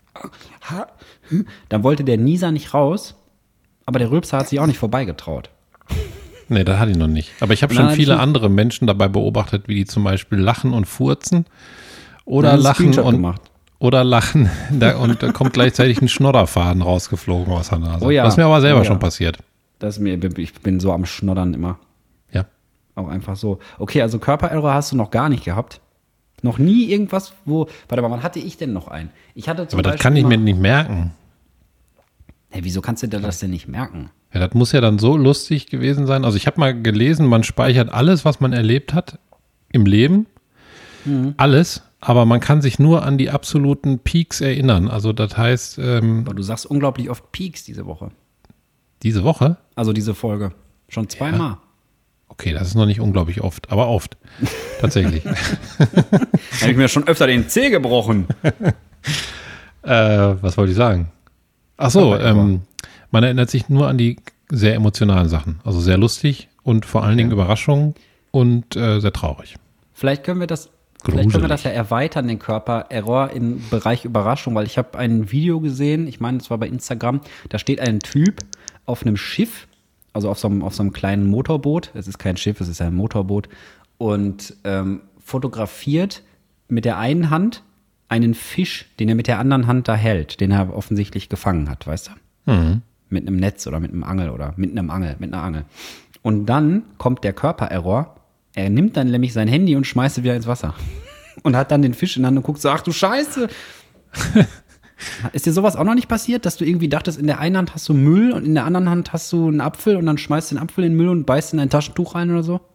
Dann wollte der Nieser nicht raus, aber der Rülpser hat sich auch nicht vorbeigetraut. Nee, das hatte ich noch nicht. Aber ich habe Und schon dann hatte viele ich- andere Menschen dabei beobachtet, wie die zum Beispiel lachen und furzen. Oder Dann hast du lachen Screenshot und gemacht. oder lachen. Da, und da kommt gleichzeitig ein Schnodderfaden rausgeflogen aus der Nase. Oh ja. Das ist mir aber selber Oh ja. schon passiert. Das ist mir, ich bin so am Schnoddern immer. Ja. Auch einfach so. Okay, also Körpererror hast du noch gar nicht gehabt. Noch nie irgendwas, wo. Warte mal, wann hatte ich denn noch einen? Ich hatte zum Aber das Beispiel kann ich mal, mir nicht merken. Hey, wieso kannst du dir das denn nicht merken? Ja, das muss ja dann so lustig gewesen sein. Also ich habe mal gelesen, man speichert alles, was man erlebt hat im Leben. Mhm. Alles. Aber man kann sich nur an die absoluten Peaks erinnern. Also das heißt, ähm, Aber du sagst unglaublich oft Peaks diese Woche. diese Woche. Also diese Folge. Schon zweimal. Okay, das ist noch nicht unglaublich oft, aber oft. Tatsächlich. Habe ich mir schon öfter den Zeh gebrochen. äh, was wollte ich sagen? Ach so, ähm, man erinnert sich nur an die sehr emotionalen Sachen. Also sehr lustig und vor allen Dingen Überraschungen und äh, sehr traurig. Vielleicht können wir das, vielleicht können wir das ja erweitern, den Körper-Error im Bereich Überraschung, weil ich habe ein Video gesehen, ich meine, das war bei Instagram, da steht ein Typ auf einem Schiff, also auf so einem, auf so einem kleinen Motorboot, es ist kein Schiff, es ist ein Motorboot, und ähm, fotografiert mit der einen Hand einen Fisch, den er mit der anderen Hand da hält, den er offensichtlich gefangen hat, weißt du? Mhm. Mit einem Netz oder mit einem Angel oder mit einem Angel, mit einer Angel. Und dann kommt der Körpererror. Er nimmt dann nämlich sein Handy und schmeißt es wieder ins Wasser. Und hat dann den Fisch in der Hand und guckt so, ach du Scheiße. Ist dir sowas auch noch nicht passiert, dass du irgendwie dachtest, in der einen Hand hast du Müll und in der anderen Hand hast du einen Apfel und dann schmeißt du den Apfel in den Müll und beißt in ein Taschentuch rein oder so?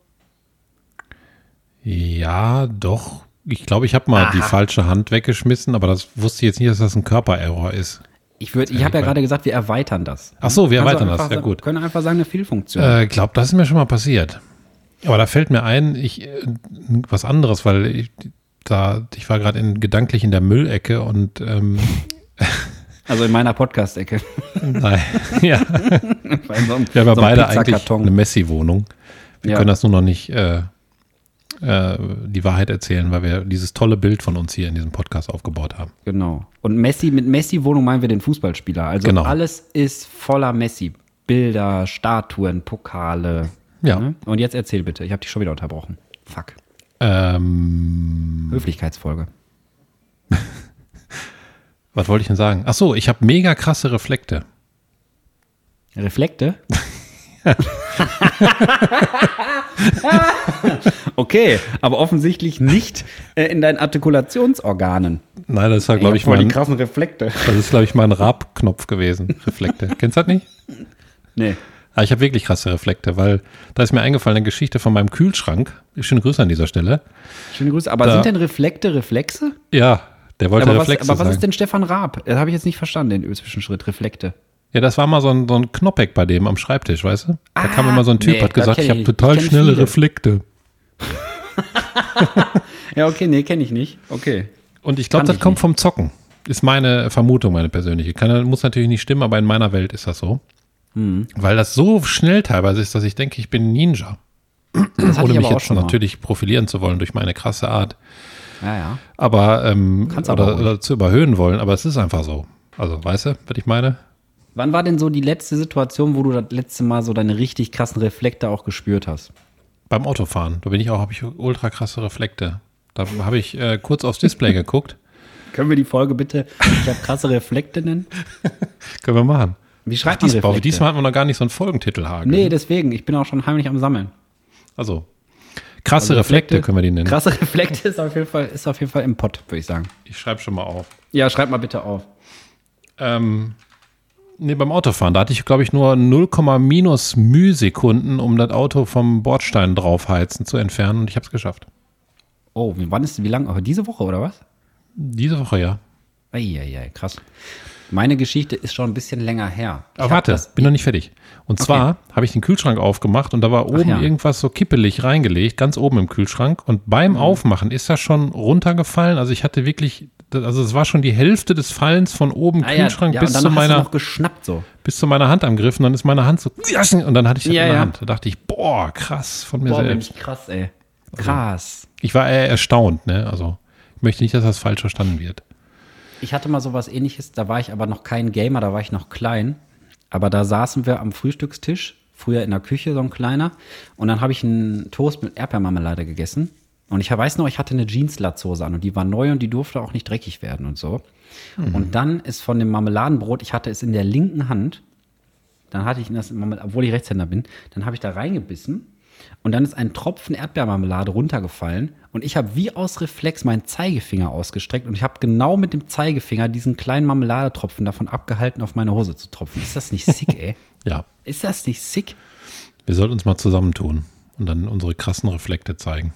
Ja, doch. Ich glaube, ich habe mal Aha. die falsche Hand weggeschmissen, aber das wusste ich jetzt nicht, dass das ein Körpererror ist. Ich, würd, ich habe ja gerade gesagt, wir erweitern das. Ach so, wir Kannst erweitern das, einfach ja sagen, gut. Können einfach sagen, eine Fehlfunktion. Ich äh, glaube, das ist mir schon mal passiert. Aber da fällt mir ein, ich äh, was anderes, weil ich, da, ich war gerade in, gedanklich in der Müllecke und ähm, also in meiner Podcast-Ecke. Nein, ja. Bei so einem, Wir haben ja so einem beide eigentlich Pizzakarton. eine Messi-Wohnung. Wir Ja. können das nur noch nicht äh, äh, die Wahrheit erzählen, weil wir dieses tolle Bild von uns hier in diesem Podcast aufgebaut haben. Genau. Und Messi, mit Messi-Wohnung meinen wir den Fußballspieler. Also Genau. alles ist voller Messi. Bilder, Statuen, Pokale. Ja. Ne? Und jetzt erzähl bitte. Ich habe dich schon wieder unterbrochen. Fuck. Ähm, Höflichkeitsfolge. was wollte ich denn sagen? Ach so, ich habe mega krasse Reflekte. Reflekte? Okay, aber offensichtlich nicht äh, in deinen Artikulationsorganen. Nein, das war, glaube ich, voll die mein, krassen Reflekte. das ist, glaube ich, mein Rab-Knopf gewesen. Reflekte. Kennst du das nicht? Nee. Ah, ich habe wirklich krasse Reflekte, weil da ist mir eingefallen, eine Geschichte von meinem Kühlschrank. Schöne Grüße an dieser Stelle. Schöne Grüße. Aber Da- sind denn Reflekte Reflexe? Ja, der wollte Aber was, Reflexe aber was sagen. ist denn Stefan Raab? Das habe ich jetzt nicht verstanden, den Ö-Zwischenschritt. Reflekte. Ja, das war mal so ein, so ein Knoppeck bei dem am Schreibtisch, weißt du? Da Ah, kam immer so ein Typ, nee, hat das gesagt, kenn ich habe ich. total Ich kenn schnelle viele. Reflekte. Ja, okay, nee, kenne ich nicht. Okay. Und ich glaube, Kannte das ich kommt nicht. vom Zocken. Ist meine Vermutung, meine persönliche. Kann, muss natürlich nicht stimmen, aber in meiner Welt ist das so. Hm. Weil das so schnell teilweise ist, dass ich denke, ich bin ein Ninja. Das hatte Ohne ich mich aber auch jetzt schon mal. natürlich profilieren zu wollen durch meine krasse Art. Ja, ja. Aber, ähm, Kannst aber oder, ruhig. oder zu überhöhen wollen, aber es ist einfach so. Also, weißt du, was ich meine? Wann war denn so die letzte Situation, wo du das letzte Mal so deine richtig krassen Reflekte auch gespürt hast? Beim Autofahren, da bin ich auch, habe ich ultra krasse Reflekte. Da habe ich äh, kurz aufs Display geguckt. Können wir die Folge bitte, ich habe krasse Reflekte nennen? Können wir machen. Wie schreibt man Diesmal, Reflekte? diesmal hatten wir noch gar nicht so einen Folgentitel, Hagen. Nee, deswegen, ich bin auch schon heimlich am Sammeln. Also, krasse Also Reflekte, können wir die nennen. Krasse Reflekte ist auf jeden Fall, ist auf jeden Fall im Pott, würde ich sagen. Ich schreibe schon mal auf. Ja, schreib mal bitte auf. Ähm, nee, beim Autofahren, da hatte ich, glaube ich, nur null, minus Mühsekunden, um das Auto vom Bordstein draufheizen zu entfernen und ich habe es geschafft. Oh, wie, wann ist, wie lang? Aber diese Woche oder was? Diese Woche, ja. Eieiei, krass. Meine Geschichte ist schon ein bisschen länger her. Ich Aber hab warte, das- bin noch nicht fertig. Und zwar habe ich den Kühlschrank aufgemacht und da war oben ja. irgendwas so kippelig reingelegt, ganz oben im Kühlschrank. Und beim Mhm. Aufmachen ist das schon runtergefallen. Also ich hatte wirklich, also es war schon die Hälfte des Fallens von oben Ah, ja, Kühlschrank ja, bis, und dann zu hast meiner, du noch geschnappt so. bis zu meiner Hand am Griff. Und dann ist meine Hand so, und dann hatte ich das Ja, in der ja. Hand. Da dachte ich, boah, krass von mir Boah, selbst. Mensch, krass, ey. Krass. Ich war eher erstaunt, ne? Also ich möchte nicht, dass das falsch verstanden wird. Ich hatte mal sowas ähnliches, da war ich aber noch kein Gamer, da war ich noch klein. Aber da saßen wir am Frühstückstisch, früher in der Küche, so ein kleiner. Und dann habe ich einen Toast mit Erdbeermarmelade gegessen. Und ich weiß noch, ich hatte eine Jeans-Latzhose an und die war neu und die durfte auch nicht dreckig werden und so. Mhm. Und dann ist von dem Marmeladenbrot, ich hatte es in der linken Hand, dann hatte ich das, obwohl ich Rechtshänder bin, dann habe ich da reingebissen und dann ist ein Tropfen Erdbeermarmelade runtergefallen und ich habe wie aus Reflex meinen Zeigefinger ausgestreckt und ich habe genau mit dem Zeigefinger diesen kleinen Marmeladetropfen davon abgehalten, auf meine Hose zu tropfen. Ist das nicht sick, ey? Ja, Ist das nicht sick? wir sollten uns mal zusammentun und dann unsere krassen Reflekte zeigen.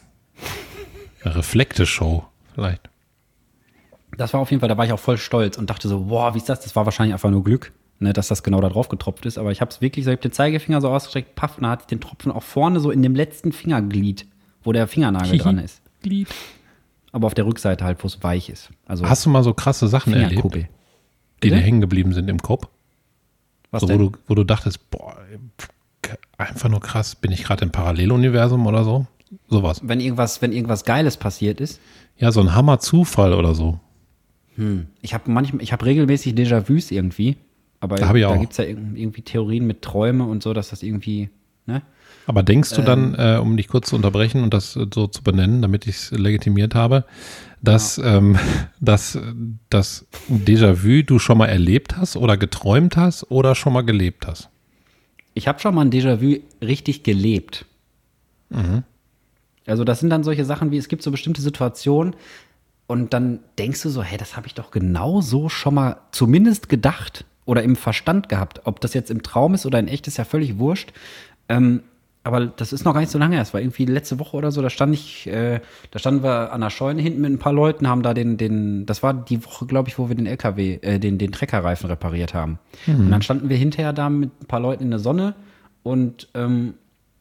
Eine Reflekte-Show vielleicht. Das war auf jeden Fall, da war ich auch voll stolz und dachte so, boah, wie ist das? Das war wahrscheinlich einfach nur Glück. ne, dass das genau da drauf getropft ist. Aber ich habe es wirklich so, ich habe den Zeigefinger so ausgestreckt, paff, und dann hatte ich den Tropfen auch vorne so in dem letzten Fingerglied, wo der Fingernagel dran ist. Glied. Aber auf der Rückseite halt, wo es weich ist. Also hast du mal so krasse Sachen erlebt, die dir hängen geblieben sind im Kopf? Was so, denn? Wo du, wo du dachtest, boah, einfach nur krass, bin ich gerade im Paralleluniversum oder so? Sowas. Wenn irgendwas, wenn irgendwas Geiles passiert ist. Ja, so ein Hammer-Zufall oder so. Hm. Ich habe manchmal, ich habe regelmäßig Déjà-vus irgendwie. Aber da, da gibt es ja irgendwie Theorien mit Träume und so, dass das irgendwie, ne? Aber denkst du dann, ähm, äh, um dich kurz zu unterbrechen und das so zu benennen, damit ich es legitimiert habe, dass ja. ähm, dass das Déjà-vu du schon mal erlebt hast oder geträumt hast oder schon mal gelebt hast? Ich habe schon mal ein Déjà-vu richtig gelebt. Mhm. Also das sind dann solche Sachen wie, es gibt so bestimmte Situationen und dann denkst du so, hey, das habe ich doch genau so schon mal zumindest gedacht oder im Verstand gehabt. Ob das jetzt im Traum ist oder in echt, ist ja völlig wurscht. Ähm, aber das ist noch gar nicht so lange her. Es war irgendwie letzte Woche oder so, da stand ich, äh, da standen wir an der Scheune hinten mit ein paar Leuten, haben da den, den, das war die Woche, glaube ich, wo wir den L K W, äh, den, den Treckerreifen repariert haben. Mhm. Und dann standen wir hinterher da mit ein paar Leuten in der Sonne und ähm,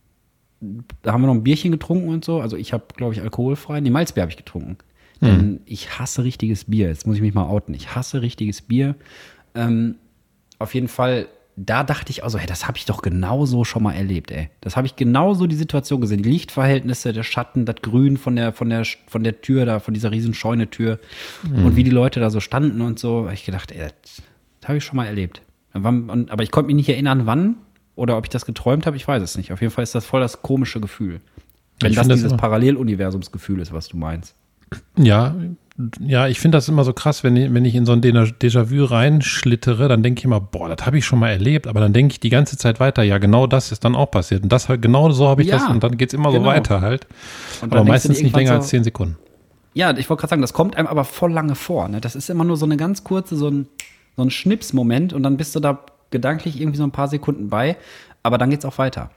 da haben wir noch ein Bierchen getrunken und so. Also ich habe, glaube ich, alkoholfrei. Nee, Malzbier habe ich getrunken. Mhm. Denn ich hasse richtiges Bier. Jetzt muss ich mich mal outen. Ich hasse richtiges Bier. Ähm, auf jeden Fall, da dachte ich auch so, hey, das habe ich doch genauso schon mal erlebt, ey. Das habe ich genauso die Situation gesehen. Die Lichtverhältnisse, der Schatten, das Grün von der, von der, von der Tür da, von dieser riesen Scheunetür. Mhm. Und wie die Leute da so standen und so. Da habe ich gedacht, ey, das, das habe ich schon mal erlebt. Aber ich konnte mich nicht erinnern, wann. Oder ob ich das geträumt habe, ich weiß es nicht. Auf jeden Fall ist das voll das komische Gefühl. Wenn das dieses das Paralleluniversumsgefühl ist, was du meinst. Ja, ja, ich finde das immer so krass, wenn ich, wenn ich in so ein Déjà-vu reinschlittere, dann denke ich immer, boah, das habe ich schon mal erlebt. Aber dann denke ich die ganze Zeit weiter, ja, genau das ist dann auch passiert. Und das genau so habe ich ja, das und dann geht es immer genau. so weiter halt. Aber meistens nicht länger so, als zehn Sekunden. Ja, ich wollte gerade sagen, das kommt einem aber voll lange vor. Ne? Das ist immer nur so eine ganz kurze, so ein, so ein Schnipsmoment und dann bist du da gedanklich irgendwie so ein paar Sekunden bei, aber dann geht's auch weiter.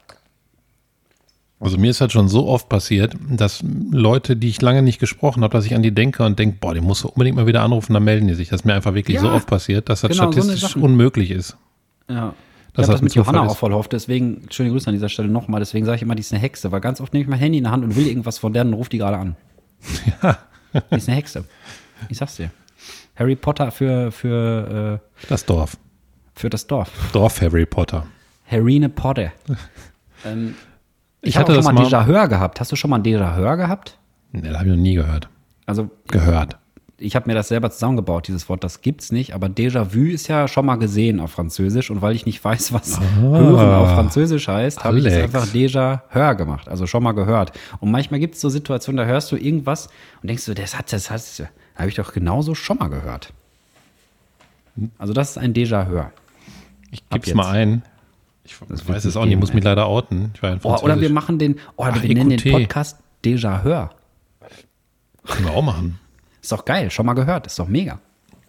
Also mir ist halt schon so oft passiert, dass Leute, die ich lange nicht gesprochen habe, dass ich an die denke und denke, boah, die musst du unbedingt mal wieder anrufen, dann melden die sich. Das ist mir einfach wirklich ja, so oft passiert, dass das genau, statistisch so unmöglich ist. Ja. Ich habe das mit Johanna auch voll oft, deswegen, schöne Grüße an dieser Stelle nochmal, deswegen sage ich immer, die ist eine Hexe, weil ganz oft nehme ich mein Handy in der Hand und will irgendwas von der und rufe die gerade an. Ja. Die ist eine Hexe. Ich sag's dir. Harry Potter für, für äh, das Dorf. Für das Dorf. Dorf Harry Potter. Harry Potter. ähm, ich ich habe auch schon mal Déjà-vu gehabt. Hast du schon mal ein Déjà-vu gehabt? Nee, das habe ich noch nie gehört. Also gehört. Ich habe mir das selber zusammengebaut, dieses Wort. Das gibt's nicht. Aber Déjà-vu ist ja schon mal gesehen auf Französisch. Und weil ich nicht weiß, was ah, hören auf Französisch heißt, habe ich es einfach Déjà-vu gemacht. Also schon mal gehört. Und manchmal gibt es so Situationen, da hörst du irgendwas und denkst du, das hat, das hat, das habe ich doch genauso schon mal gehört. Also das ist ein Déjà-vu. Ich gebe es mal ein. Ich das weiß es auch nicht, ich muss mich leider outen. Ich war oh, oder wir machen den, oh, Ach, wir nennen den Podcast Déjà-vu. Können wir auch machen. Ist doch geil, schon mal gehört, ist doch mega.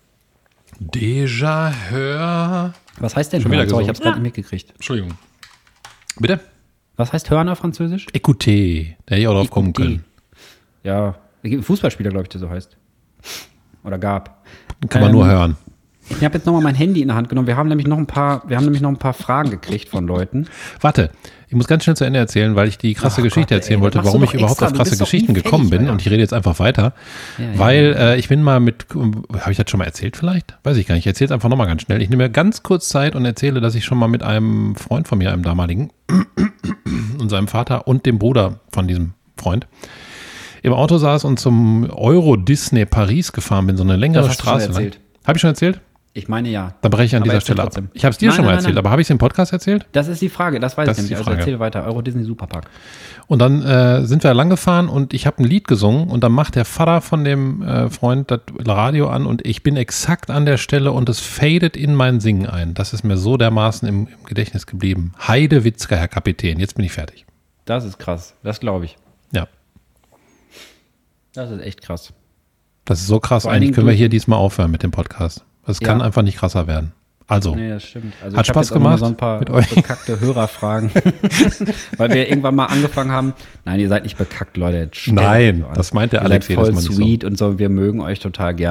Déjà-vu. Was heißt denn hören? Sorry, ich habe es gerade nicht mitgekriegt. Entschuldigung. Bitte? Was heißt hören auf Französisch? Écouter. Da hätte ich auch drauf kommen können. Ja, Fußballspieler, glaube ich, der so heißt. Oder gab. Kann man ähm, nur hören. Ich habe jetzt nochmal mein Handy in der Hand genommen. Wir haben nämlich noch ein paar, wir haben nämlich noch ein paar Fragen gekriegt von Leuten. Warte, ich muss ganz schnell zu Ende erzählen, weil ich die krasse Ach Geschichte Gott, erzählen ey, wollte, warum ich überhaupt extra, auf krasse Geschichten gekommen bin. Und ich rede jetzt einfach weiter. Ja, weil ja. Äh, ich bin mal mit, habe ich das schon mal erzählt vielleicht? Weiß ich gar nicht. Ich erzähle es einfach nochmal ganz schnell. Ich nehme mir ganz kurz Zeit und erzähle, dass ich schon mal mit einem Freund von mir, einem damaligen, und seinem Vater und dem Bruder von diesem Freund, im Auto saß und zum Euro Disney Paris gefahren bin, so eine längere das hast Straße. Du schon erzählt. Habe ich schon erzählt? Ich meine ja. Dann breche ich an aber dieser Stelle ab. Ich habe es dir nein, schon mal nein, erzählt, nein. aber habe ich es im Podcast erzählt? Das ist die Frage, das weiß das ich nicht. Also erzähl weiter. Euro Disney Superpark. Und dann äh, sind wir lang gefahren und ich habe ein Lied gesungen und dann macht der Vater von dem äh, Freund das Radio an und ich bin exakt an der Stelle und es fadet in mein Singen ein. Das ist mir so dermaßen im, im Gedächtnis geblieben. Heidewitzka, Herr Kapitän. Jetzt bin ich fertig. Das ist krass. Das glaube ich. Ja. Das ist echt krass. Das ist so krass. Eigentlich können wir hier diesmal aufhören mit dem Podcast. Es kann ja. einfach nicht krasser werden. Also, nee, das stimmt. Also hat Spaß gemacht so ein paar mit euch. Bekackte Hörerfragen, weil wir irgendwann mal angefangen haben. Nein, ihr seid nicht bekackt, Leute. Nein, das meint der Alex jedes Mal nicht so. Ihr seid voll sweet und so. Wir mögen euch total gerne.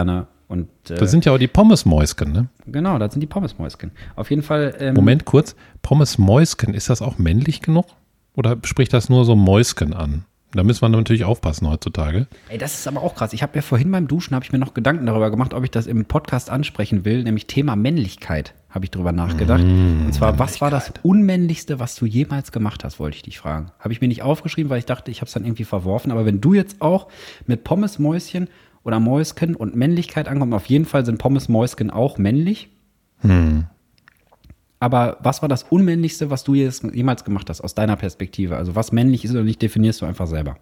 Und, äh, das sind ja auch die Pommesmäusken, ne? Genau, das sind die Pommesmäusken. Auf jeden Fall. Ähm, Moment kurz, Pommesmäusken, ist das auch männlich genug? Oder spricht das nur so Mäusken an? Da müssen wir natürlich aufpassen heutzutage. Ey, das ist aber auch krass. Ich habe mir vorhin beim Duschen, habe ich mir noch Gedanken darüber gemacht, ob ich das im Podcast ansprechen will, nämlich Thema Männlichkeit, habe ich drüber nachgedacht. Mmh, Und zwar, was war das Unmännlichste, was du jemals gemacht hast, wollte ich dich fragen. Habe ich mir nicht aufgeschrieben, weil ich dachte, ich habe es dann irgendwie verworfen. Aber wenn du jetzt auch mit Pommesmäuschen oder Mäusken und Männlichkeit ankommst, auf jeden Fall sind Pommesmäusken auch männlich. Hm. Aber was war das Unmännlichste, was du jemals gemacht hast, aus deiner Perspektive? Also was männlich ist oder nicht, definierst du einfach selber.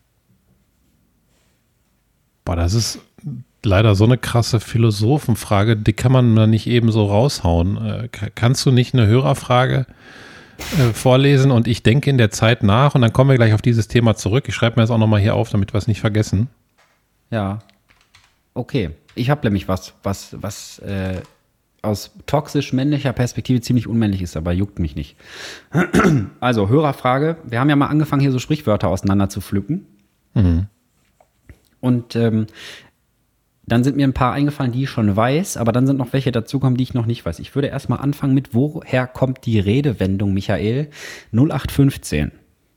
Boah, das ist leider so eine krasse Philosophenfrage, die kann man da nicht eben so raushauen. Äh, kannst du nicht eine Hörerfrage äh, vorlesen und ich denke in der Zeit nach und dann kommen wir gleich auf dieses Thema zurück. Ich schreibe mir das auch nochmal hier auf, damit wir es nicht vergessen. Ja, okay. Ich habe nämlich was, was, was äh, aus toxisch-männlicher Perspektive ziemlich unmännlich ist, aber juckt mich nicht. Also, Hörerfrage. Wir haben ja mal angefangen, hier so Sprichwörter auseinander zu pflücken. Mhm. Und ähm, dann sind mir ein paar eingefallen, die ich schon weiß, aber dann sind noch welche dazugekommen, die ich noch nicht weiß. Ich würde erstmal anfangen mit, woher kommt die Redewendung, Michael? null acht fünfzehn.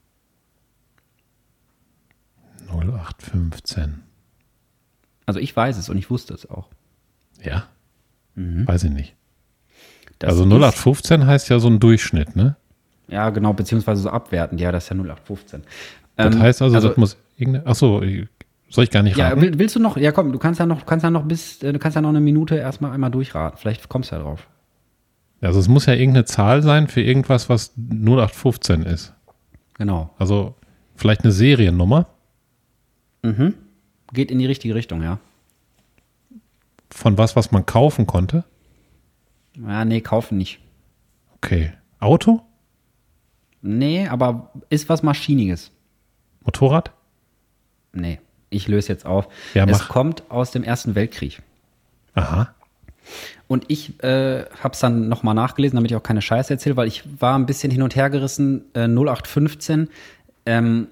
null acht fünfzehn. Also ich weiß es und ich wusste es auch. Ja? Mhm. Weiß ich nicht. Das also null acht fünfzehn heißt ja so ein Durchschnitt, ne? Ja, genau, beziehungsweise so abwertend. Ja, das ist ja null acht fünfzehn. Das ähm, heißt also, also, das muss irgendeine, ach so, soll ich gar nicht raten? Ja, willst du noch, ja komm, du kannst ja noch, kannst ja noch bis, du kannst ja noch eine Minute erstmal einmal durchraten. Vielleicht kommst du ja drauf. Also es muss ja irgendeine Zahl sein für irgendwas, was null acht fünfzehn ist. Genau. Also vielleicht eine Seriennummer? Mhm. Geht in die richtige Richtung, ja. Von was, was man kaufen konnte? Ja, nee, kaufen nicht. Okay. Auto? Nee, aber ist was Maschiniges. Motorrad? Nee, ich löse jetzt auf. Ja, es mach. kommt aus dem Ersten Weltkrieg. Aha. Und ich äh, habe es dann nochmal nachgelesen, damit ich auch keine Scheiße erzähle, weil ich war ein bisschen hin und her gerissen. Äh, null acht fünfzehn ähm,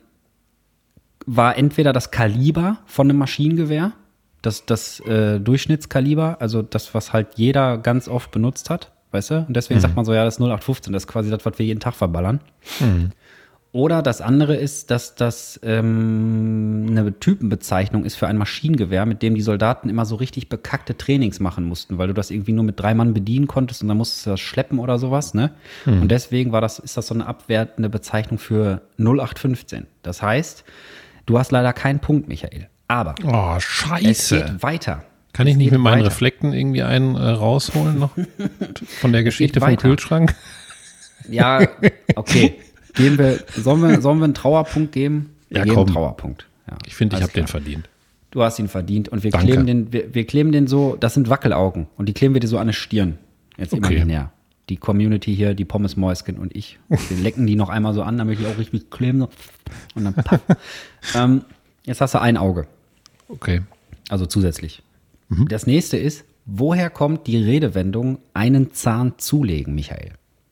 war entweder das Kaliber von einem Maschinengewehr, das, das äh, Durchschnittskaliber, also das, was halt jeder ganz oft benutzt hat, weißt du? Und deswegen mhm. sagt man so, ja, das ist null acht fünfzehn, das ist quasi das, was wir jeden Tag verballern. Mhm. Oder das andere ist, dass das ähm, eine Typenbezeichnung ist für ein Maschinengewehr, mit dem die Soldaten immer so richtig bekackte Trainings machen mussten, weil du das irgendwie nur mit drei Mann bedienen konntest und dann musstest du das schleppen oder sowas, ne? Mhm. Und deswegen war das, ist das so eine abwertende Bezeichnung für null acht fünfzehn. Das heißt, du hast leider keinen Punkt, Michael. Aber oh, scheiße. Es geht weiter. Kann ich es nicht mit meinen weiter. Reflekten irgendwie einen äh, rausholen noch? Von der Geschichte vom Kühlschrank? Ja, okay. Geben wir, sollen, wir, sollen wir einen Trauerpunkt geben? Wir Ja, geben komm. einen Trauerpunkt. Ja, Ich finde, ich habe klar. den verdient. Du hast ihn verdient und wir Danke. kleben den, wir, wir kleben den so, das sind Wackelaugen und die kleben wir dir so an die Stirn. Jetzt immer Okay. nicht näher. Die Community hier, die Pommesmäusken und ich, wir lecken die noch einmal so an, damit ich auch richtig kleben. So. Und dann paff. ähm, jetzt hast du ein Auge, Okay. also zusätzlich. Mhm. Das nächste ist, woher kommt die Redewendung einen Zahn zulegen, Michael?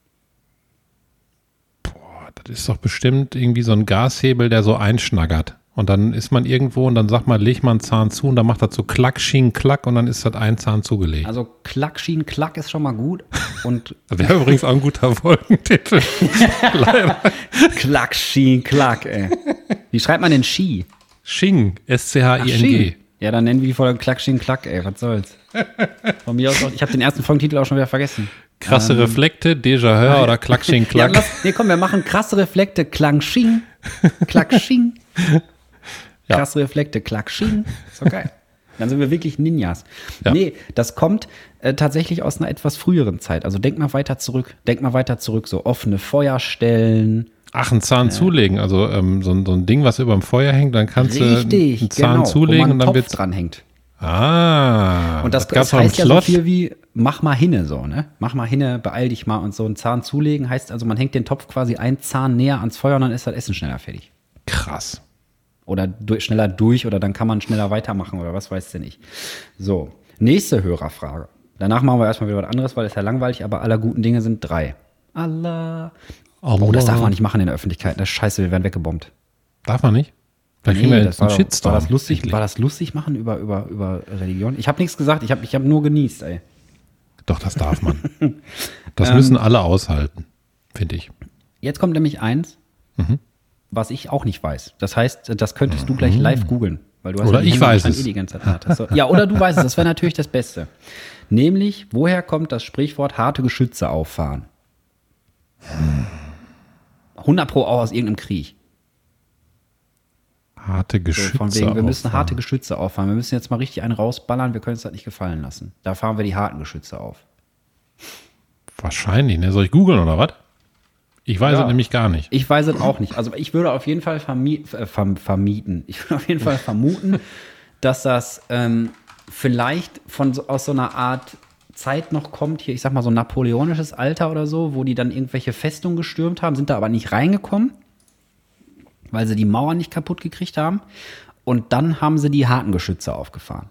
Boah, das ist doch bestimmt irgendwie so ein Gashebel, der so einschnaggert. Und dann ist man irgendwo und dann sagt man, leg mal einen Zahn zu und dann macht das so klack, schien, klack und dann ist das ein Zahn zugelegt. Also Klack, Schien, Klack ist schon mal gut und Das wäre übrigens auch ein guter Folgentitel. Leider. Klack, Schien, Klack, ey. Wie schreibt man denn Ski? Sching, S C H I N G. Schien. Ja, dann nennen wir die Folge Klack, Schien, Klack, ey, was soll's. Von mir aus auch, ich habe den ersten Folgentitel auch schon wieder vergessen. Krasse Ähm, Déjà-Reflekte, Déjà-hör oder klack, sching, Ja, klack. lass, nee, komm, wir machen krasse Reflekte, Klang, Sching, Klack, Sching. Ja. Krasse Reflekte, Klack, Sching. Ist doch geil. Dann sind wir wirklich Ninjas. Ja. Nee, das kommt äh, tatsächlich aus einer etwas früheren Zeit. Also denk mal weiter zurück. Denk mal weiter zurück. So offene Feuerstellen. Ach, einen Zahn zulegen, also ähm, so, ein, so ein Ding, was über dem Feuer hängt, dann kannst Richtig, du einen Zahn genau, zulegen wo man und dann einen wird's. Topf dranhängt. Ah, Und das, gab's das auch im heißt ja so Slot. viel wie, mach mal hinne so, ne? Mach mal hinne, beeil dich mal. Und so einen Zahn zulegen heißt also, man hängt den Topf quasi einen Zahn näher ans Feuer und dann ist das Essen schneller fertig. Krass. Oder durch, schneller durch oder dann kann man schneller weitermachen oder was weiß denn ich. So, nächste Hörerfrage. Danach machen wir erstmal wieder was anderes, weil es ja langweilig, aber aller guten Dinge sind drei. Allah. Oh, das darf man nicht machen in der Öffentlichkeit. Das ist scheiße, wir werden weggebombt. Darf man nicht? Da kriegen wir jetzt einen war, Shitstorm. War das lustig, war das lustig machen über, über, über Religion? Ich habe nichts gesagt, ich habe ich hab nur genießt, ey. Doch, das darf man. Das Ähm, müssen alle aushalten, finde ich. Jetzt kommt nämlich eins, Mhm. was ich auch nicht weiß. Das heißt, das könntest du gleich live googeln. Weil du hast Oder ja die ich Hände weiß wahrscheinlich es. eh die ganze Zeit hart. So, ja, oder du weißt es. Das wäre natürlich das Beste. Nämlich, woher kommt das Sprichwort harte Geschütze auffahren? hundert Pro auch aus irgendeinem Krieg. Harte So, Geschütze. von wegen, wir müssen auffahren. harte Geschütze auffahren. Wir müssen jetzt mal richtig einen rausballern. Wir können uns das nicht gefallen lassen. Da fahren wir die harten Geschütze auf. Wahrscheinlich, ne? Soll ich googeln oder was? Ich weiß Ja. es nämlich gar nicht. Ich weiß es auch nicht. Also ich würde auf jeden Fall vermi äh, verm vermieten. Ich würde auf jeden Fall vermuten, dass das ähm, vielleicht von so, aus so einer Art Zeit noch kommt, hier, ich sag mal so napoleonisches Alter oder so, wo die dann irgendwelche Festungen gestürmt haben, sind da aber nicht reingekommen, weil sie die Mauern nicht kaputt gekriegt haben. Und dann haben sie die harten Geschütze aufgefahren.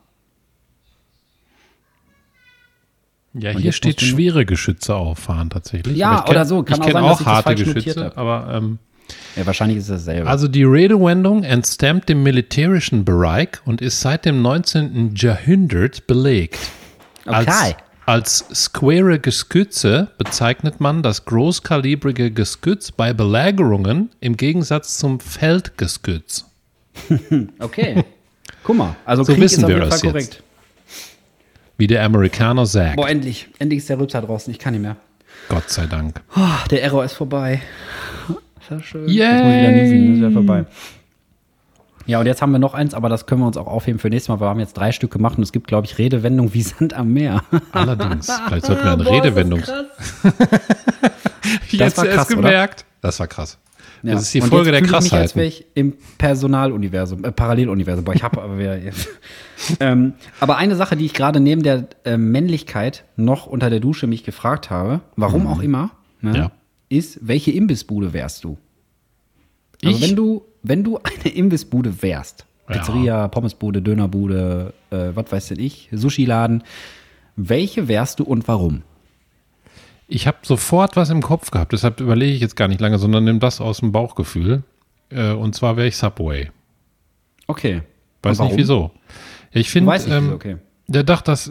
Ja, Und hier jetzt steht musst du nur- schwere Geschütze auffahren tatsächlich. Ja, Aber ich kenn- oder so. Kann ich auch kenne sein, dass auch ich das harte falsch notiert Geschütze, habe. aber ähm, Ja, wahrscheinlich ist es dasselbe. also die Redewendung entstammt dem militärischen Bereich und ist seit dem neunzehnten Jahrhundert belegt. Als, Okay. als square Geschütze bezeichnet man das großkalibrige Geschütz bei Belagerungen im Gegensatz zum Feldgeschütz. Okay. Guck mal, also So Krieg wissen ist auf wir jeden das Fall jetzt. korrekt. Wie der Amerikaner sagt. Boah, endlich. Endlich ist der Rülpser draußen. Ich kann nicht mehr. Gott sei Dank. Oh, der Error ist vorbei. Ist ja schön. Yay. Jetzt muss ich wieder niesen. Das ist ja vorbei. Ja, und jetzt haben wir noch eins, aber das können wir uns auch aufheben für nächstes Mal. Wir haben jetzt drei Stück gemacht und es gibt, glaube ich, Redewendungen wie Sand am Meer. Allerdings. Vielleicht sollten wir eine Boah, ist das Redewendung. krass. Jetzt war erst krass, oder? gemerkt. Das war krass. Ja. Das ist die Und Folge jetzt der fühle ich mich, als Krassheiten. wäre ich im Personaluniversum, äh, Paralleluniversum. Boah, ich habe aber wieder. ähm, aber eine Sache, die ich gerade neben der äh, Männlichkeit noch unter der Dusche mich gefragt habe, warum auch immer, ne, Ja. ist, welche Imbissbude wärst du? Also Ich? wenn du, wenn du eine Imbissbude wärst, Ja. Pizzeria, Pommesbude, Dönerbude, äh, was weiß denn ich, Sushi-Laden, welche wärst du und warum? Ich habe sofort was im Kopf gehabt, deshalb überlege ich jetzt gar nicht lange, sondern nimm das aus dem Bauchgefühl. Äh, und zwar wäre ich Subway. Okay. Weiß Und nicht wieso. Ja, ich Du finde, weißt nicht, ähm, wieso, okay. der dachte, das.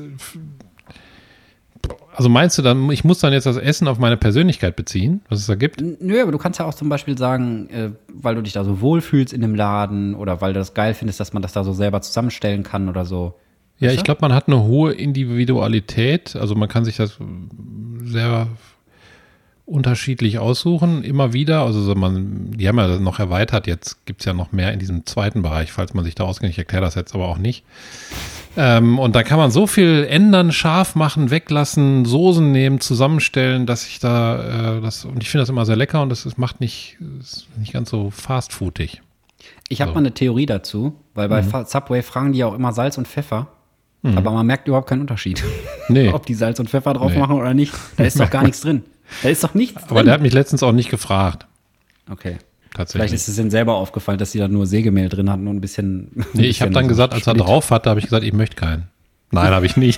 Also meinst du dann, ich muss dann jetzt das Essen auf meine Persönlichkeit beziehen, was es da gibt? Nö, aber du kannst ja auch zum Beispiel sagen, äh, weil du dich da so wohlfühlst in dem Laden oder weil du das geil findest, dass man das da so selber zusammenstellen kann oder so. Ja, Weißt ich du? glaube, man hat eine hohe Individualität. Also man kann sich das sehr unterschiedlich aussuchen, immer wieder. Also so man, die haben ja das noch erweitert. Jetzt gibt es ja noch mehr in diesem zweiten Bereich, falls man sich da auskennt. Ich erkläre das jetzt aber auch nicht. Ähm, und da kann man so viel ändern, scharf machen, weglassen, Soßen nehmen, zusammenstellen, dass ich da, äh, das, und ich finde das immer sehr lecker und das ist, macht nicht, ist nicht ganz so fastfoodig. Ich habe So. mal eine Theorie dazu, weil bei Fa- Subway fragen die ja auch immer Salz und Pfeffer. Mhm. Aber man merkt überhaupt keinen Unterschied. Nee. Ob die Salz und Pfeffer drauf Nee. machen oder nicht. Da ist doch gar nichts drin. Da ist doch nichts Aber drin. der hat mich letztens auch nicht gefragt, Okay. tatsächlich. Vielleicht ist es denen selber aufgefallen, dass sie da nur Sägemehl drin hatten und ein bisschen. ein Nee, ich habe bisschen dann so gesagt, als er Schnitt. drauf hatte, habe ich gesagt, ich möchte keinen. Nein, habe ich nicht.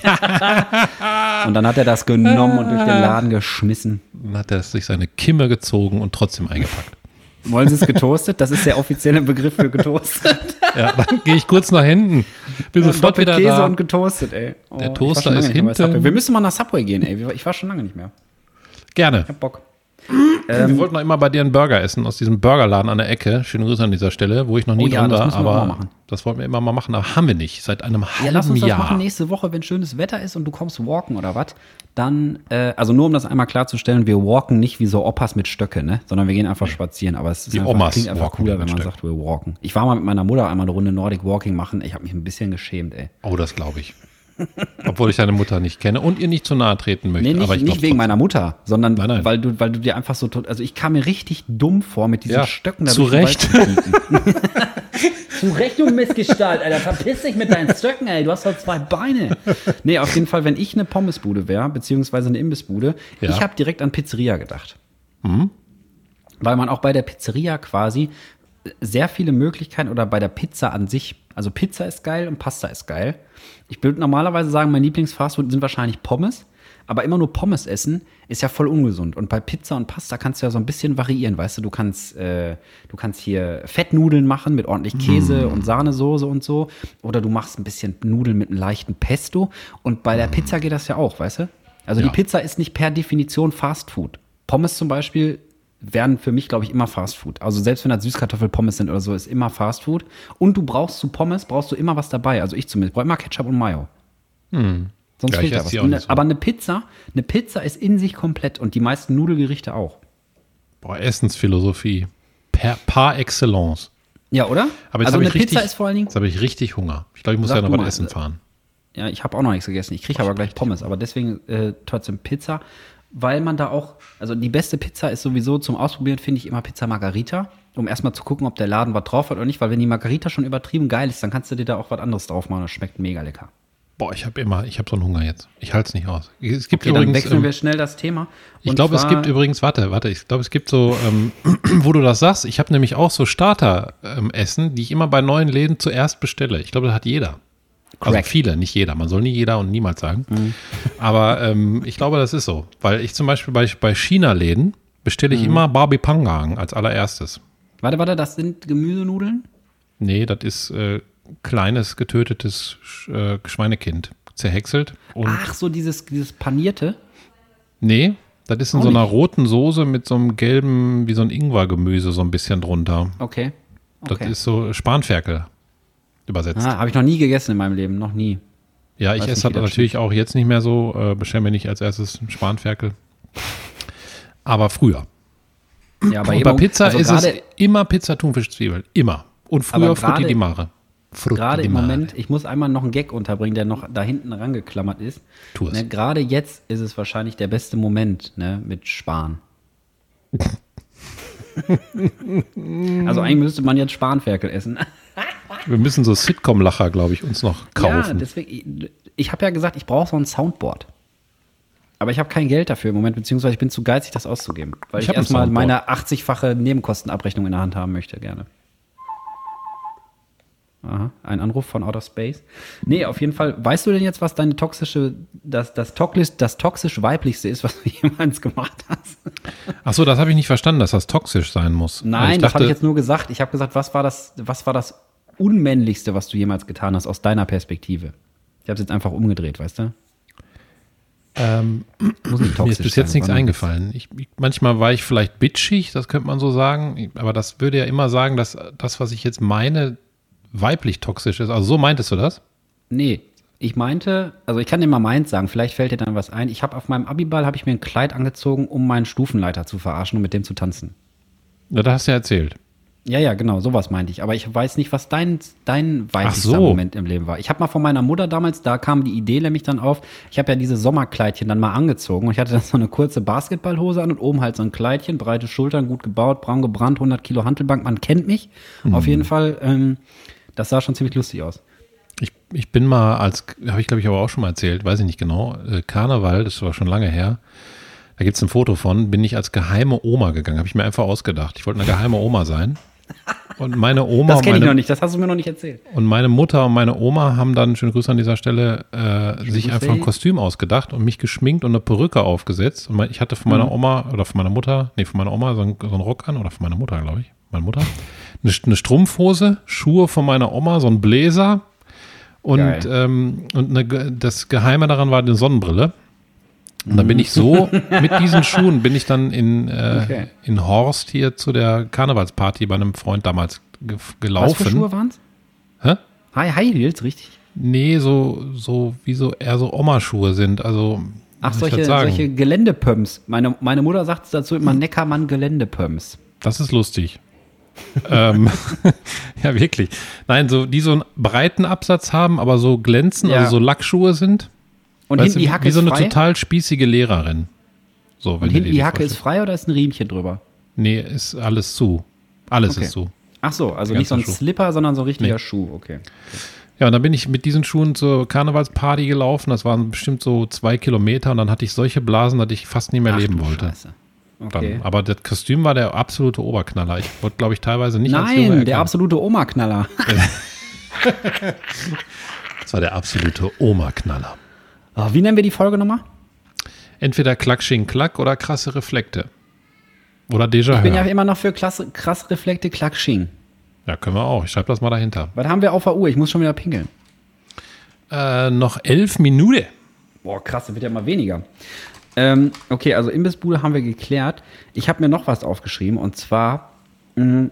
Und dann hat er das genommen und durch den Laden geschmissen. Dann hat er sich seine Kimme gezogen und trotzdem eingepackt. Wollen Sie es getoastet? Das ist der offizielle Begriff für getoastet. Ja, dann gehe ich kurz nach hinten. Bin sofort wieder Käse da. und getoastet, ey. Oh, Der ich Toaster war schon lange ist nicht mehr bei hinten. Subway. Wir müssen mal nach Subway gehen, ey. Ich war schon lange nicht mehr. Gerne. Ich hab Bock. Wir wollten noch immer bei dir einen Burger essen, aus diesem Burgerladen an der Ecke. Schöne Grüße an dieser Stelle, wo ich noch nie Oh ja, drin das war. müssen wir auch Aber mal machen. das wollten wir immer mal machen, aber haben wir nicht. Seit einem Ja, halben lass uns das Jahr. machen nächste Woche, wenn schönes Wetter ist und du kommst walken oder was. Dann, äh, also nur um das einmal klarzustellen, wir walken nicht wie so Opas mit Stöcke, ne? Sondern wir gehen einfach spazieren. Aber es ist Die einfach, Omas klingt einfach walken cooler, mit wenn man Stöcken. sagt, wir walken. Ich war mal mit meiner Mutter einmal eine Runde Nordic Walking machen. Ich habe mich ein bisschen geschämt, ey. Oh, das glaube ich. Obwohl ich deine Mutter nicht kenne und ihr nicht zu nahe treten möchte. Nee, nicht, aber ich nicht glaub, wegen meiner Mutter, sondern Nein, nein. Weil, du, weil du dir einfach so tot. Also ich kam mir richtig dumm vor mit diesen Ja, Stöcken. da zu durch den Recht. Wald zu fliegen. Zu Recht, du Missgestalt, Alter. Verpiss dich mit deinen Stöcken, ey. Du hast doch zwei Beine. Nee, auf jeden Fall, wenn ich eine Pommesbude wäre, beziehungsweise eine Imbissbude, Ja. ich habe direkt an Pizzeria gedacht. Mhm. Weil man auch bei der Pizzeria quasi sehr viele Möglichkeiten oder bei der Pizza an sich, also Pizza ist geil und Pasta ist geil. Ich würde normalerweise sagen, mein Lieblingsfastfood sind wahrscheinlich Pommes, Aber immer nur Pommes essen ist ja voll ungesund. Und bei Pizza und Pasta kannst du ja so ein bisschen variieren, weißt du, du kannst, äh, du kannst hier Fettnudeln machen mit ordentlich Käse mm. und Sahnesoße und so. Oder du machst ein bisschen Nudeln mit einem leichten Pesto. Und bei der mm. Pizza geht das ja auch, weißt du? Also ja. die Pizza ist nicht per Definition Fast Food. Pommes zum Beispiel wären für mich, glaube ich, immer Fast Food. Also selbst wenn das Süßkartoffelpommes sind oder so, ist immer Fast Food. Und du brauchst zu Pommes, brauchst du immer was dabei. Also ich zumindest, ich brauche immer Ketchup und Mayo. Hm. Sonst ja, fehlt da was. Ne, so. Aber eine Pizza, eine Pizza ist in sich komplett und die meisten Nudelgerichte auch. Boah, Essensphilosophie. Per, par excellence. Ja, oder? Aber jetzt also eine richtig, Pizza ist vor allen Dingen. Jetzt habe ich richtig Hunger. Ich glaube, ich muss Sag ja noch du was mal, essen fahren. Ja, ich habe auch noch nichts gegessen. Ich kriege aber gleich Pommes. Aber deswegen äh, trotzdem Pizza. Weil man da auch, also die beste Pizza ist sowieso zum Ausprobieren, finde ich immer Pizza Margarita, um erstmal zu gucken, ob der Laden was drauf hat oder nicht, weil wenn die Margarita schon übertrieben geil ist, dann kannst du dir da auch was anderes drauf machen, das schmeckt mega lecker. Boah, ich habe immer, ich habe so einen Hunger jetzt. Ich halte es nicht aus. Es gibt okay, übrigens, dann wechseln ähm, wir schnell das Thema. Ich glaube, es gibt übrigens, warte, warte, ich glaube, es gibt so, ähm, wo du das sagst, ich habe nämlich auch so Starter-Essen, ähm, die ich immer bei neuen Läden zuerst bestelle. Ich glaube, das hat jeder. Also Crack. viele, nicht jeder. Man soll nie jeder und niemals sagen. Mhm. Aber ähm, ich glaube, das ist so. Weil ich zum Beispiel bei, bei China-Läden bestelle ich mhm. immer Barbie Pangang als allererstes. Warte, warte, das sind Gemüsenudeln? Nee, das ist äh, kleines, getötetes äh, Schweinekind. Zerhäckselt. Und Ach, so dieses, dieses panierte? Nee, das ist in Auch so einer nicht. roten Soße mit so einem gelben, wie so ein Ingwergemüse so ein bisschen drunter. Okay. okay. Das ist so Spanferkel übersetzt. Ah, habe ich noch nie gegessen in meinem Leben, noch nie. Ja, ich Weiß esse nicht, das wie das natürlich auch jetzt nicht mehr so. Äh, bestelle mir nicht als erstes einen Spanferkel. Aber früher. Ja, aber Und eben, bei Pizza also ist es grade, immer Pizza, Thunfisch, Zwiebeln. Immer. Und früher Aber Frutti grade- di Mare. Frutti Gerade di im Mare. Moment, ich muss einmal noch einen Gag unterbringen, der noch da hinten rangeklammert ist. Tu es. Ne, gerade jetzt ist es wahrscheinlich der beste Moment, ne, mit Spahn. Also eigentlich müsste man jetzt Spanferkel essen. Wir müssen so Sitcom-Lacher, glaube ich, uns noch kaufen. Ja, deswegen, ich habe ja gesagt, ich brauche so ein Soundboard. Aber ich habe kein Geld dafür im Moment, beziehungsweise ich bin zu geizig, das auszugeben. Weil Ich ich, hab ein erstmal Soundboard. meine achtzig-fache Nebenkostenabrechnung in der Hand haben möchte, gerne. Aha, ein Anruf von Outer Space. Nee, auf jeden Fall. Weißt du denn jetzt, was deine toxische, das, das, toxisch, das toxisch weiblichste ist, was du jemals gemacht hast? Ach so, das habe ich nicht verstanden, dass das toxisch sein muss. Nein, ich das habe dachte, ich jetzt nur gesagt. Ich habe gesagt, was war das, was war das Unmännlichste, was du jemals getan hast, aus deiner Perspektive? Ich habe es jetzt einfach umgedreht, weißt du? Ähm, Muss nicht mir toxisch ist bis jetzt sein, nichts sondern- eingefallen. Ich, ich, manchmal war ich vielleicht bitchig, das könnte man so sagen. Ich, aber das würde ja immer sagen, dass das, was ich jetzt meine, weiblich toxisch ist. Also so meintest du das? Nee, ich meinte, also ich kann dir mal meins sagen, vielleicht fällt dir dann was ein. Ich habe auf meinem Abiball habe ich mir ein Kleid angezogen, um meinen Stufenleiter zu verarschen und mit dem zu tanzen. Ja, das hast du ja erzählt. Ja, ja, genau, sowas meinte ich. Aber ich weiß nicht, was dein, dein weiblichster so. Moment im Leben war. Ich habe mal von meiner Mutter damals, da kam die Idee nämlich dann auf, ich habe ja diese Sommerkleidchen dann mal angezogen und ich hatte dann so eine kurze Basketballhose an und oben halt so ein Kleidchen, breite Schultern, gut gebaut, braun gebrannt, hundert Kilo Hantelbank, man kennt mich. Mhm. Auf jeden Fall, ähm, das sah schon ziemlich lustig aus. Ich, ich bin mal als, habe ich glaube ich aber auch schon mal erzählt, weiß ich nicht genau, äh, Karneval, das war schon lange her, da gibt es ein Foto von, bin ich als geheime Oma gegangen, habe ich mir einfach ausgedacht. Ich wollte eine geheime Oma sein. Und meine Oma Das und kenne ich meine, noch nicht, das hast du mir noch nicht erzählt. und meine Mutter und meine Oma haben dann, schöne Grüße an dieser Stelle, äh, sich Grüße. einfach ein Kostüm ausgedacht und mich geschminkt und eine Perücke aufgesetzt. Und mein- ich hatte von meiner Mhm. Oma oder von meiner Mutter, nee, von meiner Oma so einen, so einen Rock an oder von meiner Mutter, glaube ich, meine Mutter, eine, eine Strumpfhose, Schuhe von meiner Oma, so ein Bläser und, Geil. ähm, und eine, Ge- das Geheime daran war eine Sonnenbrille. Und dann bin ich so, mit diesen Schuhen bin ich dann in, äh, Okay. in Horst hier zu der Karnevalsparty bei einem Freund damals ge gelaufen. Was für Schuhe waren's? Hä? High, High Heels, richtig? Nee, so, so, wie so, eher so Oma-Schuhe sind. Also, Ach, wie soll ich solche, das sagen? solche Geländepumps. Meine, meine Mutter sagt dazu immer Neckermann Geländepumps. Das ist lustig. ähm, ja, wirklich. Nein, so, die so einen breiten Absatz haben, aber so glänzen, Ja. also so Lackschuhe sind. Und Weißt hinten du, die Hacke wie so ist eine frei? total spießige Lehrerin. So, wenn Und du hinten dir die Hacke ist vorstellst. frei oder ist ein Riemchen drüber? Nee, ist alles zu. Alles Okay. ist zu. Ach so, also Die nicht so ein ganze Schuh. Slipper, sondern so ein richtiger Nee. Schuh. Okay. Ja, und dann bin ich mit diesen Schuhen zur Karnevalsparty gelaufen. Das waren bestimmt so zwei Kilometer und dann hatte ich solche Blasen, dass ich fast nie mehr Ach, leben du wollte. Scheiße. Okay. Dann, aber das Kostüm war der absolute Oberknaller. Ich wurde, glaube ich, teilweise nicht als Junge Nein, der erkannt. absolute Oma-Knaller. Das war der absolute Oma-Knaller. Oh, wie nennen wir die Folge nochmal? Entweder Klacksching Klack oder krasse Reflekte. Oder Déjà-hör. Ich bin ja immer noch für klasse, krass Reflekte Klacksching. Ja, können wir auch. Ich schreibe das mal dahinter. Was haben wir auf der Uhr? Ich muss schon wieder pinkeln. Äh, noch elf Minuten. Boah, krass, das wird ja mal weniger. Ähm, okay, also Imbissbude haben wir geklärt. Ich habe mir noch was aufgeschrieben und zwar, mh,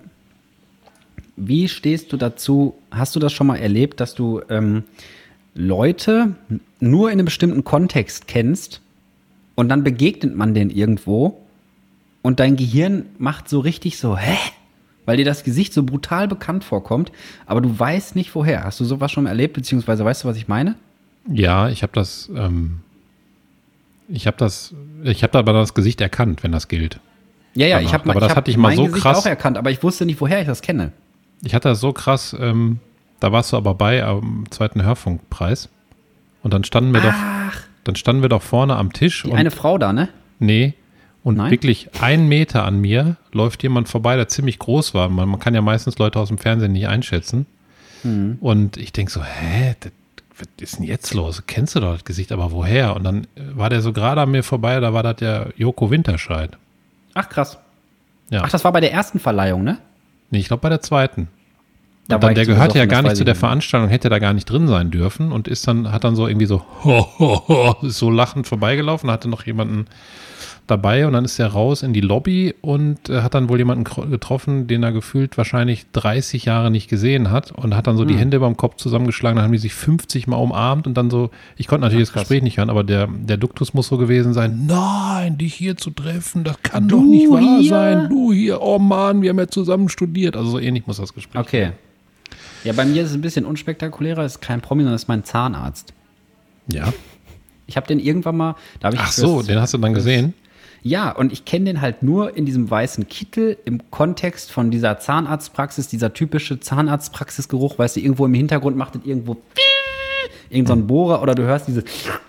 wie stehst du dazu? Hast du das schon mal erlebt, dass du ähm, Leute nur in einem bestimmten Kontext kennst und dann begegnet man denen irgendwo und dein Gehirn macht so richtig so, hä? Weil dir das Gesicht so brutal bekannt vorkommt, aber du weißt nicht woher. Hast du sowas schon mal erlebt, beziehungsweise weißt du, was ich meine? Ja, ich habe das, ähm, ich habe das, ich habe aber das Gesicht erkannt, wenn das gilt. Ja, ja, ich habe aber das hab hatte ich mal mein so Gesicht krass auch erkannt, aber ich wusste nicht, woher ich das kenne. Ich hatte das so krass, ähm, da warst du aber bei am zweiten Hörfunkpreis und dann standen wir doch, dann standen wir doch vorne am Tisch. Die und, eine Frau da, ne? Nee, und Nein? wirklich einen Meter an mir läuft jemand vorbei, der ziemlich groß war. Man, man kann ja meistens Leute aus dem Fernsehen nicht einschätzen. Mhm. Und ich denke so, hä, das, was ist denn jetzt los? Kennst du doch das Gesicht, aber woher? Und dann war der so gerade an mir vorbei, da war das der Joko Winterscheid. Ach, krass. Ja. Ach, das war bei der ersten Verleihung, ne? Nee, ich glaube bei der zweiten. Da Und war dann, der ich zu gehörte ja besoffen, gar das nicht zu weiß der ich Veranstaltung, hätte da gar nicht drin sein dürfen und ist dann, hat dann so irgendwie so, ho, ho, ho, ist so lachend vorbeigelaufen, hatte noch jemanden dabei und dann ist er raus in die Lobby und äh, hat dann wohl jemanden getroffen, den er gefühlt wahrscheinlich dreißig Jahre nicht gesehen hat und hat dann so hm. die Hände über dem Kopf zusammengeschlagen, dann haben die sich fünfzig Mal umarmt und dann so, ich konnte natürlich Ach, das Gespräch nicht hören, aber der, der Duktus muss so gewesen sein, nein, dich hier zu treffen, das kann du doch nicht wahr hier? sein, du hier, oh Mann, wir haben ja zusammen studiert, also so ähnlich muss das Gespräch Okay. sein. Ja, bei mir ist es ein bisschen unspektakulärer, ist kein Promi, sondern ist mein Zahnarzt. Ja. Ich habe den irgendwann mal, da habe ich Ach so, fürs, den hast du dann gesehen? Ja, und ich kenne den halt nur in diesem weißen Kittel im Kontext von dieser Zahnarztpraxis, dieser typische Zahnarztpraxisgeruch, weißt du, irgendwo im Hintergrund macht es irgendwo irgend so ein Bohrer oder du hörst diese.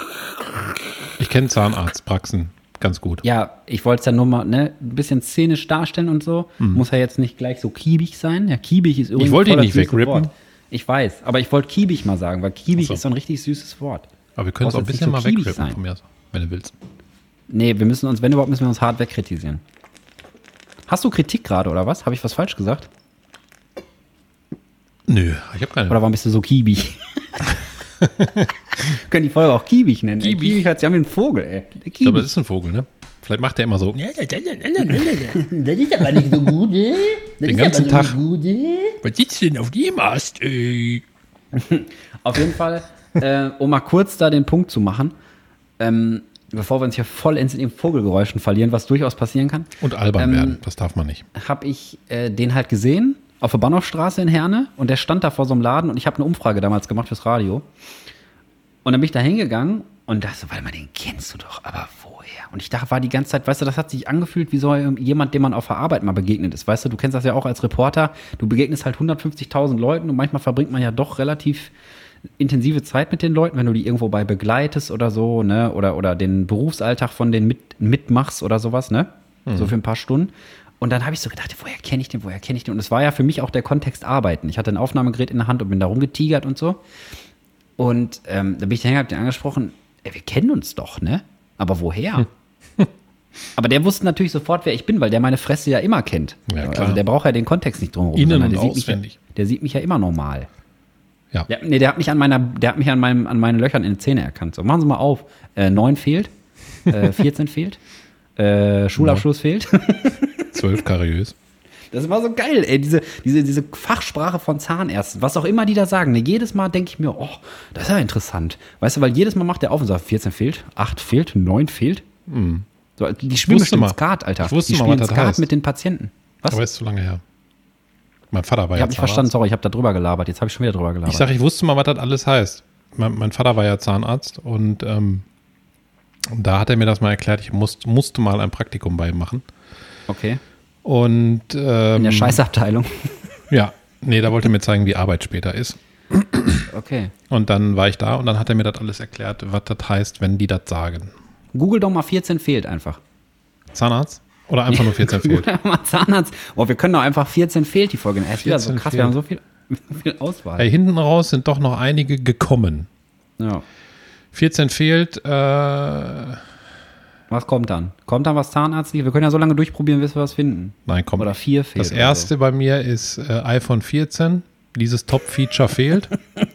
Ich kenne Zahnarztpraxen ganz gut. Ja, ich wollte es ja nur mal ne, ein bisschen szenisch darstellen und so. Mhm. Muss ja jetzt nicht gleich so kiebig sein. Ja, kiebig ist übrigens. Ich wollte ihn nicht wegrippen. Ich weiß, aber ich wollte kiebig mal sagen, weil kiebig so. ist so ein richtig süßes Wort. Aber wir können es auch ein bisschen so mal wegrippen sein. von mir, wenn du willst. Nee, wir müssen uns, wenn überhaupt, müssen wir uns hart wegkritisieren. Hast du Kritik gerade, oder was? Habe ich was falsch gesagt? Nö, ich habe keine. Oder warum bist du so kiebig? Können die Folge auch kiebig nennen. Kiebig, ey, kiebig hört sich an wie ein Vogel, ey. Ich glaube, das ist ein Vogel, ne? Vielleicht macht der immer so. Das ist aber nicht so gut, ey. Das Den ist ganzen aber Tag. so gut, ey. Was sitzt denn auf dem Ast, ey? Auf jeden Fall, äh, um mal kurz da den Punkt zu machen, ähm, bevor wir uns hier vollends in den Vogelgeräuschen verlieren, was durchaus passieren kann. Und albern ähm, werden, das darf man nicht. Habe ich äh, den halt gesehen auf der Bahnhofstraße in Herne und der stand da vor so einem Laden und ich habe eine Umfrage damals gemacht fürs Radio. Und dann bin ich da hingegangen und dachte so, warte mal, den kennst du doch, aber woher? Und ich dachte, war die ganze Zeit, weißt du, das hat sich angefühlt wie so jemand, dem man auf der Arbeit mal begegnet ist. Weißt du, du kennst das ja auch als Reporter, du begegnest halt hundertfünfzigtausend Leuten und manchmal verbringt man ja doch relativ intensive Zeit mit den Leuten, wenn du die irgendwo bei begleitest oder so, ne, oder, oder den Berufsalltag von denen mit, mitmachst oder sowas, ne, mhm. so für ein paar Stunden. Und dann habe ich so gedacht, woher kenne ich den, woher kenne ich den? Und es war ja für mich auch der Kontext Arbeiten. Ich hatte ein Aufnahmegerät in der Hand und bin da rumgetigert und so. Und ähm, da bin ich dahin, hab den angesprochen, ey, wir kennen uns doch, ne? Aber woher? Hm. Aber der wusste natürlich sofort, wer ich bin, weil der meine Fresse ja immer kennt. Ja, klar. Also der braucht ja den Kontext nicht drumherum. Innen sondern und der sieht mich auswendig. ja, der sieht mich ja immer normal. Ja. Der, nee, der hat mich an meiner, der hat mich an meinem, an meinen Löchern in den Zähnen erkannt. So, machen Sie mal auf. Äh, neun fehlt, äh, vierzehn fehlt, äh, Schulabschluss fehlt. Zwölf kariös. Das war so geil, ey, diese, diese, diese Fachsprache von Zahnärzten, was auch immer die da sagen. Ne? Jedes Mal denke ich mir, oh, das ist ja interessant. Weißt du, weil jedes Mal macht der auf und sagt, vierzehn fehlt, acht fehlt, neun fehlt. Mm. So, die spielen bestimmt Skat, Alter. Ich wusste die mal, spielen was das Skat heißt. mit den Patienten. Was? Aber ist zu lange her. Mein Vater war ich ja hab nicht verstanden, sorry, ich habe da drüber gelabert. Jetzt habe ich schon wieder drüber gelabert. Ich sage, ich wusste mal, was das alles heißt. Mein, mein Vater war ja Zahnarzt und ähm, da hat er mir das mal erklärt. Ich musste, musste mal ein Praktikum bei ihm machen. Okay. Und ähm, in der Scheißabteilung. Ja, nee, da wollte er mir zeigen, wie Arbeit später ist. Okay. Und dann war ich da und dann hat er mir das alles erklärt, was das heißt, wenn die das sagen. Google doch mal vierzehn fehlt einfach. Zahnarzt? Oder einfach nur vierzehn fehlt? Mal Zahnarzt. Oh, wir können doch einfach vierzehn fehlt die Folge. Das ist wieder so krass, fehlt. wir haben so viel, so viel Auswahl. Hey, hinten raus sind doch noch einige gekommen. Ja. vierzehn fehlt, äh, Was kommt dann? Kommt dann was Zahnärztliches? Wir können ja so lange durchprobieren, bis wir was finden. Nein, kommt. Oder vier fehlt. Das erste bei mir ist äh, iPhone vierzehn. Dieses Top-Feature fehlt.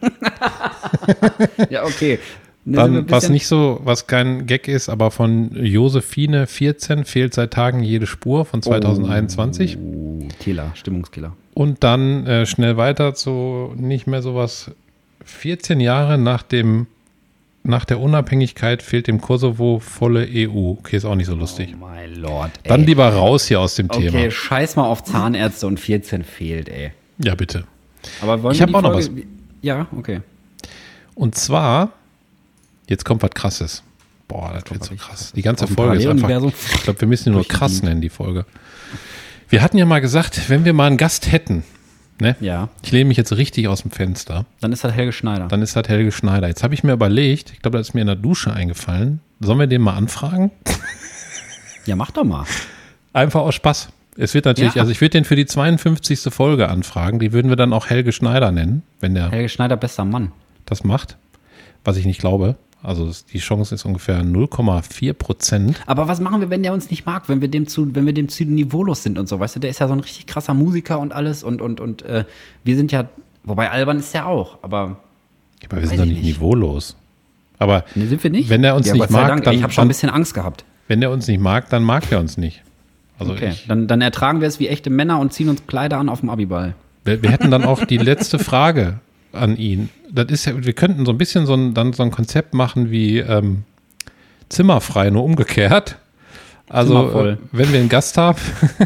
Ja, okay. Ne, Dann, was nicht so, was kein Gag ist, aber von Josephine vierzehn fehlt seit Tagen jede Spur von zweitausendeinundzwanzig. Oh, Killer, Stimmungskiller. Und dann äh, schnell weiter zu nicht mehr sowas. vierzehn Jahre nach dem nach der Unabhängigkeit fehlt dem Kosovo volle E U. Okay, ist auch nicht so lustig. Oh mein Lord, ey. Dann lieber raus hier aus dem Okay, Thema. scheiß mal auf Zahnärzte und vierzehn fehlt, ey. Ja, bitte. Aber wollen Ich wir hab die auch noch Folge- Ja, okay. Und zwar, jetzt kommt was Krasses. Boah, das wird so richtig krass. Die ganze Aus dem Folge ist einfach, Paralleluniversum. ich glaube, wir müssen ihn nur Durch die krass Gegend. nennen, die Folge. Wir hatten ja mal gesagt, wenn wir mal einen Gast hätten, ne? Ja, Ich lehne mich jetzt richtig aus dem Fenster, dann ist das Helge Schneider. dann ist das Helge Schneider. Jetzt habe ich mir überlegt, ich glaube, das ist mir in der Dusche eingefallen, sollen wir den mal anfragen? Ja, mach doch mal. Einfach aus Spaß. Es wird natürlich, Ja. also ich würde den für die zweiundfünfzigste Folge anfragen, die würden wir dann auch Helge Schneider nennen, wenn der Helge Schneider, bester Mann. das macht, was ich nicht glaube. Also es- die Chance ist ungefähr null Komma vier Prozent. Aber was machen wir, wenn der uns nicht mag, wenn wir dem zu, wenn wir dem zu niveaulos sind und so, weißt du, der ist ja so ein richtig krasser Musiker und alles und, und, und äh, wir sind ja, wobei Albern ist ja auch, aber Aber wir Weiß sind doch ich nicht nicht. niveaulos. Aber ne, sind wir nicht? wenn er uns ja, nicht Gott sei mag, Dank, dann, ich habe schon ein dann bisschen Angst gehabt. wenn er uns nicht mag, dann mag er uns nicht. Also Okay, ich, dann, dann ertragen wir es wie echte Männer und ziehen uns Kleider an auf dem Abiball. wir, wir hätten dann auch die letzte Frage an ihn. Das ist ja, wir könnten so ein bisschen so ein, dann so ein Konzept machen wie ähm, zimmerfrei, nur umgekehrt. Also Zimmervoll. äh, wenn wir einen Gast haben,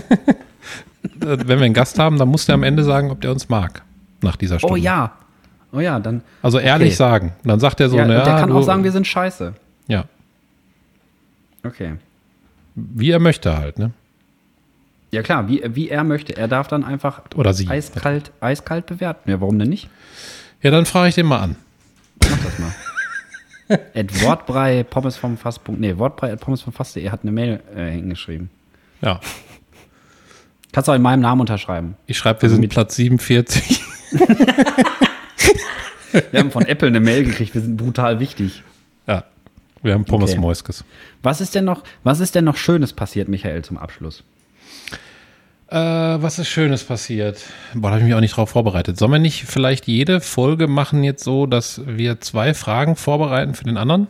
äh, wenn wir einen Gast haben, dann muss der am Ende sagen, ob der uns mag nach dieser Stunde. Oh ja, oh ja, dann. Also ehrlich Okay. sagen. Und dann sagt er so, Ja, naja, der kann du, auch sagen, wir sind scheiße. ja, Okay. wie er möchte halt, ne? Ja klar, wie, wie er möchte. Er darf dann einfach Oder sie. eiskalt, eiskalt bewerten. Ja, warum denn nicht? Ja, dann frage ich den mal an. Mach das mal. at Wortbrei, Pommes vom Fass. Nee, Wortbrei at Pommes vom Fass. Er hat eine Mail äh, hingeschrieben. Ja. Kannst du auch in meinem Namen unterschreiben. Ich schreibe, wir sind Platz siebenundvierzig. Wir haben von Apple eine Mail gekriegt. Wir sind brutal wichtig. Ja. Wir haben Pommes Okay. Moiskes. Was ist denn noch, was ist denn noch Schönes passiert, Michael, zum Abschluss? Äh, was ist Schönes passiert? Boah, da habe ich mich auch nicht drauf vorbereitet. Sollen wir nicht vielleicht jede Folge machen jetzt so, dass wir zwei Fragen vorbereiten für den anderen?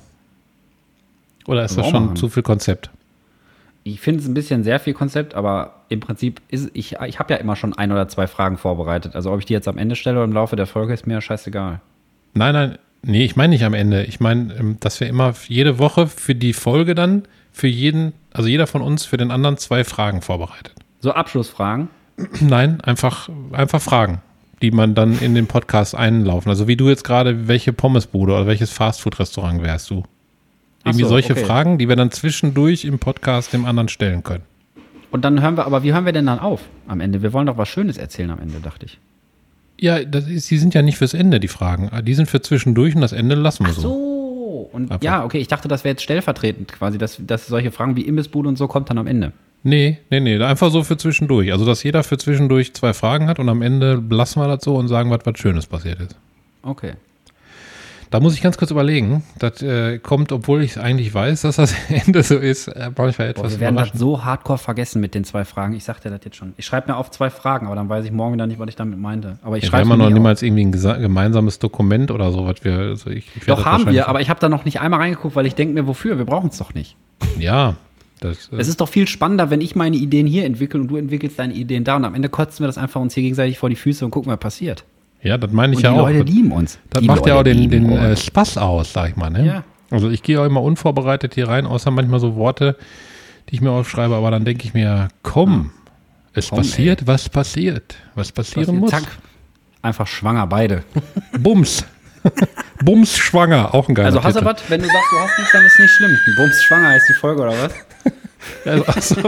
Oder ist Können das wir auch schon machen. zu viel Konzept? Ich finde es ein bisschen sehr viel Konzept, aber im Prinzip ist ich, ich habe ja immer schon ein oder zwei Fragen vorbereitet. Also ob ich die jetzt am Ende stelle oder im Laufe der Folge, ist mir ja scheißegal. Nein, nein, nee, ich meine nicht am Ende. Ich meine, ähm, dass wir immer jede Woche für die Folge dann für jeden, also jeder von uns für den anderen zwei Fragen vorbereitet. So Abschlussfragen. Nein, einfach, einfach Fragen, die man dann in den Podcast einlaufen. Also wie du jetzt gerade, welche Pommesbude oder welches Fastfood-Restaurant wärst du? Irgendwie Ach so, solche okay. Fragen, die wir dann zwischendurch im Podcast dem anderen stellen können. Und dann hören wir, aber wie hören wir denn dann auf am Ende? Wir wollen doch was Schönes erzählen am Ende, dachte ich. Ja, das ist, die sind ja nicht fürs Ende, die Fragen. Die sind für zwischendurch und das Ende lassen wir so. So. Und Einfach. ja, okay, ich dachte, das wäre jetzt stellvertretend quasi, dass, dass solche Fragen wie Imbissbude und so kommt dann am Ende. Nee, nee, nee, einfach so für zwischendurch. Also, dass jeder für zwischendurch zwei Fragen hat und am Ende lassen wir das so und sagen, was was Schönes passiert ist. Okay. Da muss ich ganz kurz überlegen. Das äh, kommt, obwohl ich eigentlich weiß, dass das Ende so ist, äh, manchmal Boah, etwas wir werden das überraschend. so hardcore vergessen mit den zwei Fragen. Ich sagte das jetzt schon. Ich schreibe mir auf zwei Fragen, aber dann weiß ich morgen wieder nicht, was ich damit meinte. Aber ich Ja, wir schreibe haben mir noch nie auf. niemals irgendwie ein gesa- gemeinsames Dokument oder so, was wir. Also ich, ich werd Doch das haben wahrscheinlich- wir, aber ich habe da noch nicht einmal reingeguckt, weil ich denke mir, wofür? Wir brauchen es doch nicht. Ja, das. Äh, Es ist doch viel spannender, wenn ich meine Ideen hier entwickle und du entwickelst deine Ideen da und am Ende kotzen wir das einfach uns hier gegenseitig vor die Füße und gucken, was passiert. ja, das meine ich Und ja die auch. Leute Das, lieben uns. das Die macht ja auch Leute den, lieben den äh, uns. Spaß aus, sag ich mal. Ne? Ja. Also ich gehe auch immer unvorbereitet hier rein, außer manchmal so Worte, die ich mir aufschreibe, aber dann denke ich mir, komm, es Komm, passiert, was passiert. Was passieren muss. Zack. Einfach schwanger, beide. Bums. Bums schwanger, auch ein geiler Also hast du Titel. was, wenn du sagst, du hast nichts, dann ist nicht schlimm. Bums schwanger heißt die Folge, oder was? Also, achso,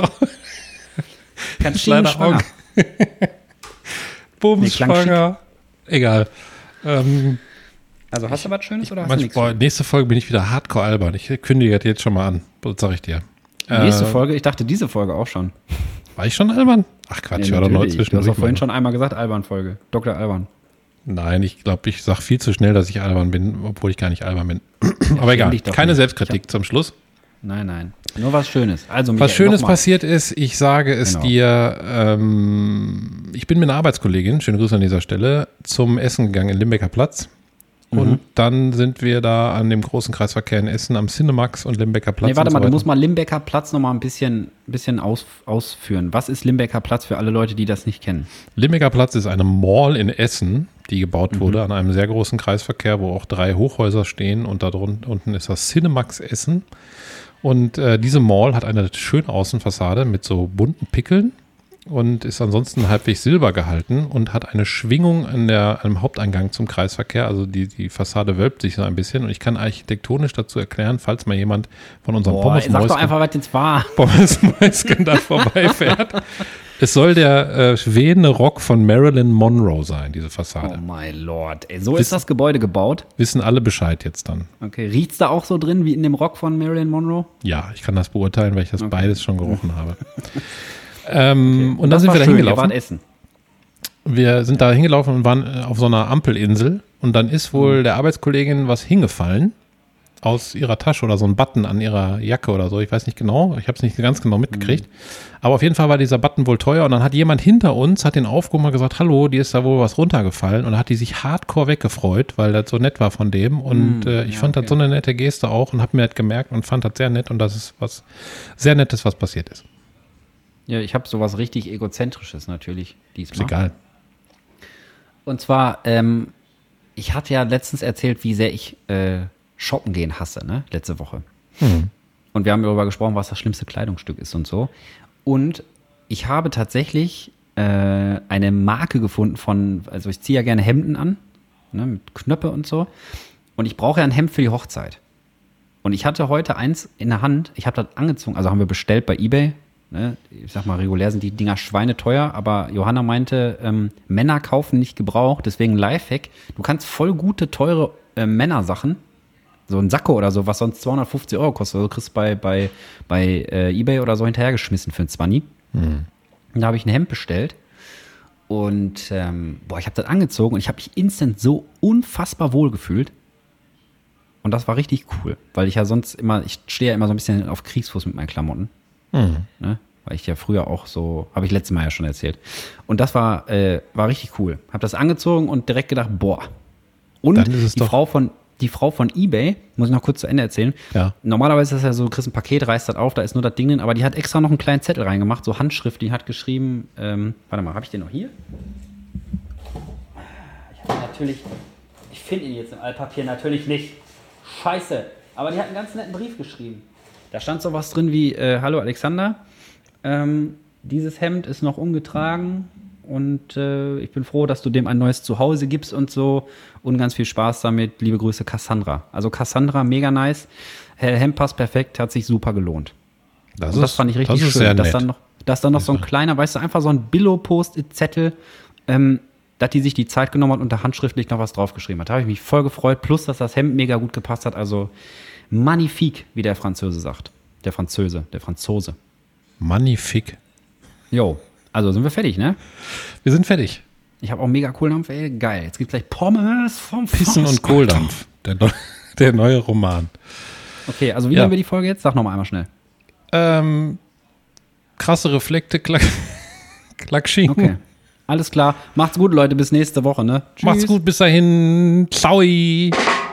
Kannst leider schwanger. auch. Bums Nee, klang schwanger. Egal. Ähm, Also hast du was Schönes oder hast du manch, nichts? boah, nächste Folge bin ich wieder hardcore albern. Ich kündige das jetzt schon mal an. Das sag ich dir. Nächste Äh, Folge, ich dachte diese Folge auch schon. War ich schon albern? Ach Quatsch, ich war doch noch natürlich. Du hast zwischendurch. doch vorhin mal. schon einmal gesagt, Alban-Folge. Doktor Alban. Nein, ich glaube, ich sage viel zu schnell, dass ich albern bin, obwohl ich gar nicht albern bin. Aber egal, dich doch keine nicht. Selbstkritik zum Schluss. Nein, nein. Nur was Schönes. Also, Was Michael, Schönes nochmal. passiert ist, ich sage es Genau. dir, ähm, ich bin mit einer Arbeitskollegin, schöne Grüße an dieser Stelle, zum Essen gegangen in Limbecker Platz. Und Mhm. dann sind wir da an dem großen Kreisverkehr in Essen am Cinemax und Limbecker Platz. Nee, warte und so mal, du weiter. musst mal Limbecker Platz nochmal ein bisschen, bisschen aus, ausführen. Was ist Limbecker Platz für alle Leute, die das nicht kennen? Limbecker Platz ist eine Mall in Essen, die gebaut Mhm. wurde an einem sehr großen Kreisverkehr, wo auch drei Hochhäuser stehen und da drun- unten ist das Cinemax Essen. Und äh, diese Mall hat eine schöne Außenfassade mit so bunten Pickeln und ist ansonsten halbwegs silber gehalten und hat eine Schwingung an der, am Haupteingang zum Kreisverkehr. Also die, die Fassade wölbt sich so ein bisschen und ich kann architektonisch dazu erklären, falls mal jemand von unserem Boah, sag doch Pommes-Mäuschen einfach, was jetzt war. Pommes-Mäuschen da vorbeifährt. Es soll der äh, schwebende Rock von Marilyn Monroe sein, diese Oh Fassade. mein Lord. Ey, so ist das Gebäude gebaut. Wissen alle Bescheid jetzt dann. Okay, riecht's da auch so drin wie in dem Rock von Marilyn Monroe? Ja, ich kann das beurteilen, weil ich das Okay. beides schon gerochen habe. ähm, Und dann Das sind war wir da schön, ihr hingelaufen. wart essen. Wir sind da hingelaufen und waren äh, auf so einer Ampelinsel und dann ist wohl der Arbeitskollegin was hingefallen aus ihrer Tasche oder so ein Button an ihrer Jacke oder so. Ich weiß nicht genau, ich habe es nicht ganz genau mitgekriegt. Aber auf jeden Fall war dieser Button wohl teuer und dann hat jemand hinter uns, hat den aufgehoben und gesagt, hallo, dir ist da wohl was runtergefallen und dann hat die sich hardcore weggefreut, weil das so nett war von dem und Mm, äh, ich ja, fand das okay. so eine nette Geste auch und habe mir das gemerkt und fand das sehr nett und das ist was sehr Nettes, was passiert ist. Ja, ich habe sowas richtig Egozentrisches natürlich Ist diesmal. egal. Und zwar, ähm, ich hatte ja letztens erzählt, wie sehr ich äh, shoppen gehen hasse, ne? Letzte Woche. Hm. Und wir haben darüber gesprochen, was das schlimmste Kleidungsstück ist und so. Und ich habe tatsächlich äh, eine Marke gefunden von, also ich ziehe ja gerne Hemden an, ne, mit Knöpfe und so. Und ich brauche ja ein Hemd für die Hochzeit. Und ich hatte heute eins in der Hand, ich habe das angezogen, also haben wir bestellt bei eBay. Ne? Ich sag mal, regulär sind die Dinger schweineteuer, aber Johanna meinte, ähm, Männer kaufen nicht gebraucht, deswegen Lifehack. Du kannst voll gute, teure äh, Männersachen, so ein Sakko oder so, was sonst zweihundertfünfzig Euro kostet, also kriegst du bei, bei, bei äh, eBay oder so hinterhergeschmissen für ein Zwanni. Und da habe ich ein Hemd bestellt und ähm, boah, ich habe das angezogen und ich habe mich instant so unfassbar wohl gefühlt. Und das war richtig cool, weil ich ja sonst immer, ich stehe ja immer so ein bisschen auf Kriegsfuß mit meinen Klamotten. Hm. Ne? Weil ich ja früher auch so, habe ich letztes Mal ja schon erzählt. Und das war, äh, war richtig cool. Habe das angezogen und direkt gedacht, boah. Und Dann ist es die doch- Frau von die Frau von eBay, muss ich noch kurz zu Ende erzählen. Ja. Normalerweise ist das ja so, du kriegst ein Paket, reißt das auf, da ist nur das Ding drin, aber die hat extra noch einen kleinen Zettel reingemacht, so Handschrift, die hat geschrieben, ähm, warte mal, habe ich den noch hier? Ich habe natürlich, ich finde ihn jetzt im Altpapier natürlich nicht. Scheiße. Aber die hat einen ganz netten Brief geschrieben. Da stand so was drin wie, äh, hallo Alexander, ähm, dieses Hemd ist noch ungetragen und äh, ich bin froh, dass du dem ein neues Zuhause gibst und so und ganz viel Spaß damit. Liebe Grüße, Cassandra. Also Cassandra, mega nice. Herr Hemd passt perfekt, hat sich super gelohnt. Das, Und das fand ich richtig das ist schön, sehr dass nett. dann noch, dass dann noch so ein kleiner, weißt du, einfach so ein Billo-Post-It-Zettel, ähm, dass die sich die Zeit genommen hat und da handschriftlich noch was draufgeschrieben hat. Da habe ich mich voll gefreut, plus dass das Hemd mega gut gepasst hat. Also magnifique, wie der Franzose sagt. Der Franzose, der Franzose. Magnifik. Jo, also sind wir fertig, ne? Wir sind fertig. Ich habe auch mega Kohldampf, ey, geil. Jetzt gibt's gleich Pommes vom Pissen und Fass. Kohldampf. Der, neu, der neue Roman. Okay, also wie Ja. nennen wir die Folge jetzt? Sag noch mal einmal schnell. Ähm, krasse Reflekte, Klack, Klackschinken. Okay, alles klar. Macht's gut, Leute, bis nächste Woche, ne? Macht's gut, bis dahin. Ciao.